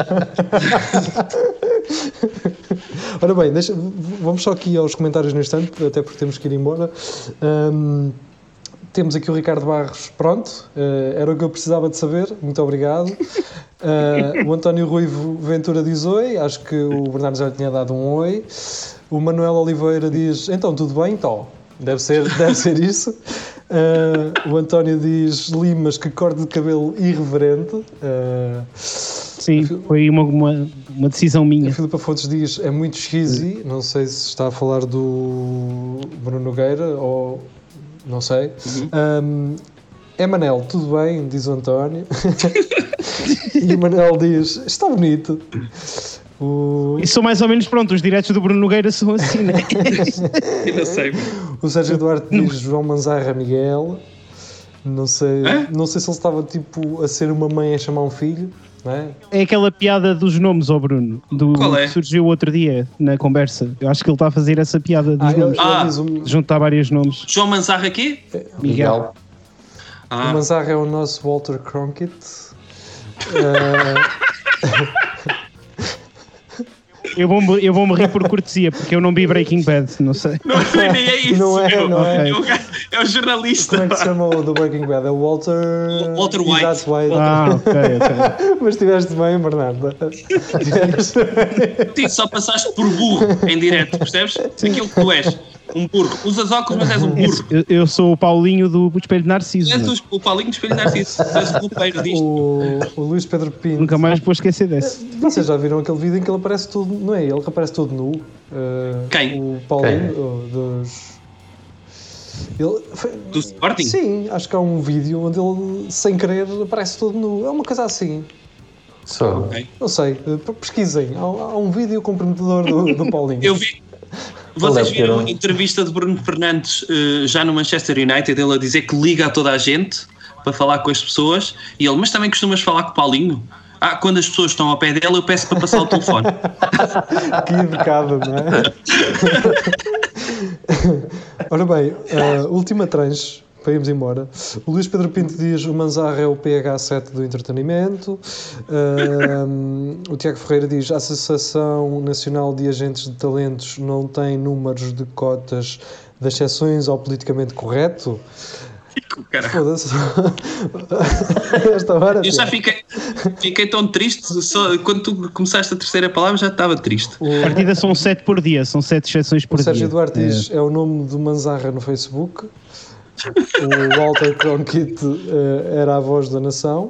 Ora bem, deixa- v- vamos só aqui aos comentários no instante, até porque temos que ir embora. Ahm, temos aqui o Ricardo Barros, pronto, eh, era o que eu precisava de saber, muito obrigado. Ah, o António Ruivo Ventura diz oi, acho que o Bernardo já lhe tinha dado um oi. O Manuel Oliveira diz, então tudo bem, então, deve ser, deve ser isso. Ah, o António diz, Limas, que corte de cabelo irreverente. Ah, Sim, foi uma, uma, uma decisão A minha. Filipa Fontes diz é muito cheesy, não sei se está a falar do Bruno Nogueira ou não sei. Um, é Manel, tudo bem, diz o António. E o Manel diz está bonito. O, E são mais ou menos, pronto, os diretos do Bruno Nogueira são assim, né? Eu não sei. o Sérgio Duarte diz João Manzarra Miguel. Não sei, Hã? não sei se ele estava tipo a ser uma mãe a chamar um filho, não é? É aquela piada dos nomes, ó Bruno, do, Qual é? que surgiu outro dia na conversa. Eu acho que ele está a fazer essa piada dos Ah, ele, nomes. ele Ah. diz um, Juntar vários nomes. João Manzarra aqui? Miguel. o Ah, Manzarra é o nosso Walter Cronkite. Ah, Eu vou-me eu vou rir por cortesia, porque eu não vi Breaking Bad, não sei. não foi nem é isso. Não é, meu. não é. É o, gajo- é o jornalista. Como é que se chama o do Breaking Bad? É o Walter... Walter White. Exato, White. Ah, ok, ok. Mas estiveste bem, Bernardo. Estiveste bem. Tu só passaste por burro em direto, percebes? Aquilo que tu és. Um burro. Usas óculos, mas és um burro. Eu, eu sou o Paulinho do Espelho de Narciso. És não é? o, o Paulinho de Espelho Narciso. És o roupeiro disto. O, o Luís Pedro Pinto. Nunca mais vou esquecer desse. Vocês já viram aquele vídeo em que ele aparece todo... Não é ele que aparece todo nu? Uh, Quem? O Paulinho Quem? uh, dos... Ele, foi- Do Sporting? Sim, acho que há um vídeo onde ele, sem querer, aparece todo nu. É uma coisa assim. Só. Ok. Não sei, uh, pesquisem. Há, há um vídeo comprometedor do, do Paulinho. Eu vi. Vocês Qual é, viram a Pedro? entrevista de Bruno Fernandes eh, já no Manchester United, ele a dizer que liga a toda a gente para falar com as pessoas e ele, mas também costumas falar com o Paulinho? Ah, quando as pessoas estão ao pé dele eu peço para passar o telefone. Que educado, não é? Ora bem, uh, última tranche, para irmos embora. O Luís Pedro Pinto diz o Manzarra é o P H sete do entretenimento. Uh, o Tiago Ferreira diz a Associação Nacional de Agentes de Talentos não tem números de cotas das exceções ao politicamente correto. Cara, Foda-se. Esta hora. eu já fiquei, fiquei tão triste, só, quando tu começaste a terceira palavra já estava triste. A partida são sete por dia, são sete exceções por O Sérgio dia. Duarte É. diz é o nome do Manzarra no Facebook. O Walter Cronkite uh, era a voz da nação.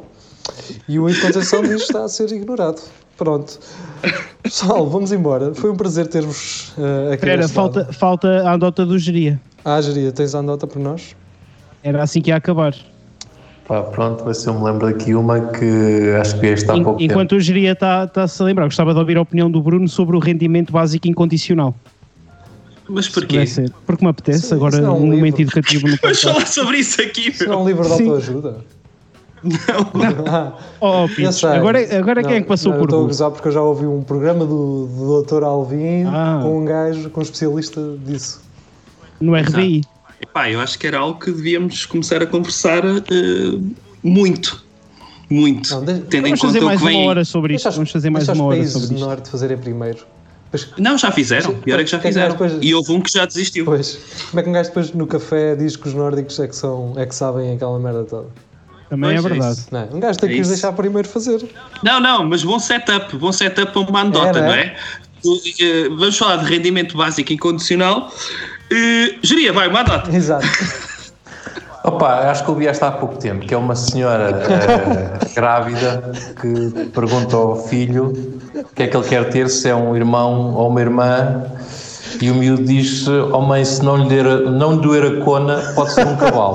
E o Ivo Conceição diz que está a ser ignorado. Pronto. Pessoal, vamos embora. Foi um prazer ter-vos uh, aqui. Espera, falta, falta a anedota do Geria. Ah, Geria, tens a anedota para nós? Era assim que ia acabar. Pá, pronto, mas se eu me lembro aqui uma que acho que este há pouco tempo. Enquanto o Geria está-se a lembrar, gostava de ouvir a opinião do Bruno sobre o rendimento básico incondicional. Mas porquê? Ser. Porque me apetece Isso- agora isso não é um um momento livro. educativo no Vamos podcast. falar sobre isso aqui, Isso não é meu. um livro de Sim. autoajuda? Não. Ah, Oh, eu Pires, sei. agora, agora Não, quem é que passou não, por eu estou a burro? gozar porque eu já ouvi um programa do, do doutor Alvim Ah. com um gajo, com um especialista disso. No R D I? Epá, eu acho que era algo que devíamos começar a conversar eh, muito. Muito. Não, de- Tendo em Vamos fazer conta o mais que vem uma aí. hora sobre isto. Deixa os- Vamos fazer mais deixa os uma hora países sobre do isto. norte fazerem primeiro. Depois, Não, já fizeram. Pior é que já Quem fizeram. depois- E houve um que já desistiu. depois, como é que um gajo depois no café diz que os nórdicos é que, são, é que sabem aquela merda toda? Também Pois é é verdade. isso. Não, é? Um gajo tem É que os isso. deixar primeiro fazer. Não, não, mas bom setup. Bom setup para uma anedota, É, não não é? é? Tu, eh, Vamos falar de rendimento básico incondicional. Uh, Geria, vai, uma anedota. Exato. Opa, acho que ouvi esta há pouco tempo, que é uma senhora eh, grávida que pergunta ao filho o que é que ele quer ter, se é um irmão ou uma irmã, e o miúdo diz: oh mãe, se não lhe, der, não lhe doer a cona, pode ser um cavalo.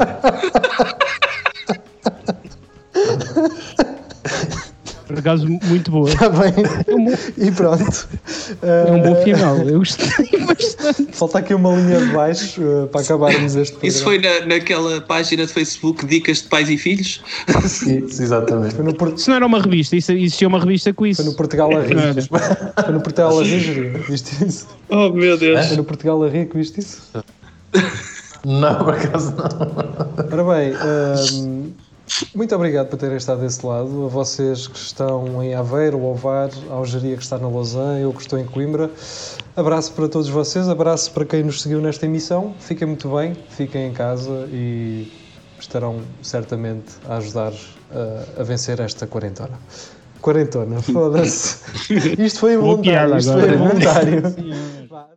Por acaso, muito boa. Está bem. E pronto. É um bom Eh, final. Eu gostei bastante. Falta aqui uma linha de baixo eh, para acabarmos este programa. Isso foi na, naquela página de Facebook Dicas de Pais e Filhos? Isso, exatamente. Foi no, Por- Isso não era uma revista, isso existia uma revista com isso. foi no Portugal a rir. Não era. Foi no Portugal a rir, Geria. Viste isso? Oh, meu Deus. Foi no Portugal a rir que viste isso? Não, por acaso não. Ora bem, hum, muito obrigado por terem estado desse lado. A vocês que estão em Aveiro, ou Ovar, ao Geria que está na Lausanne, eu que estou em Coimbra. Abraço para todos vocês, abraço para quem nos seguiu nesta emissão. Fiquem muito bem, fiquem em casa e estarão certamente a ajudar uh, a vencer esta quarentena. Quarentona, foda-se. Isto foi Boa involuntário, piada isto agora. foi involuntário.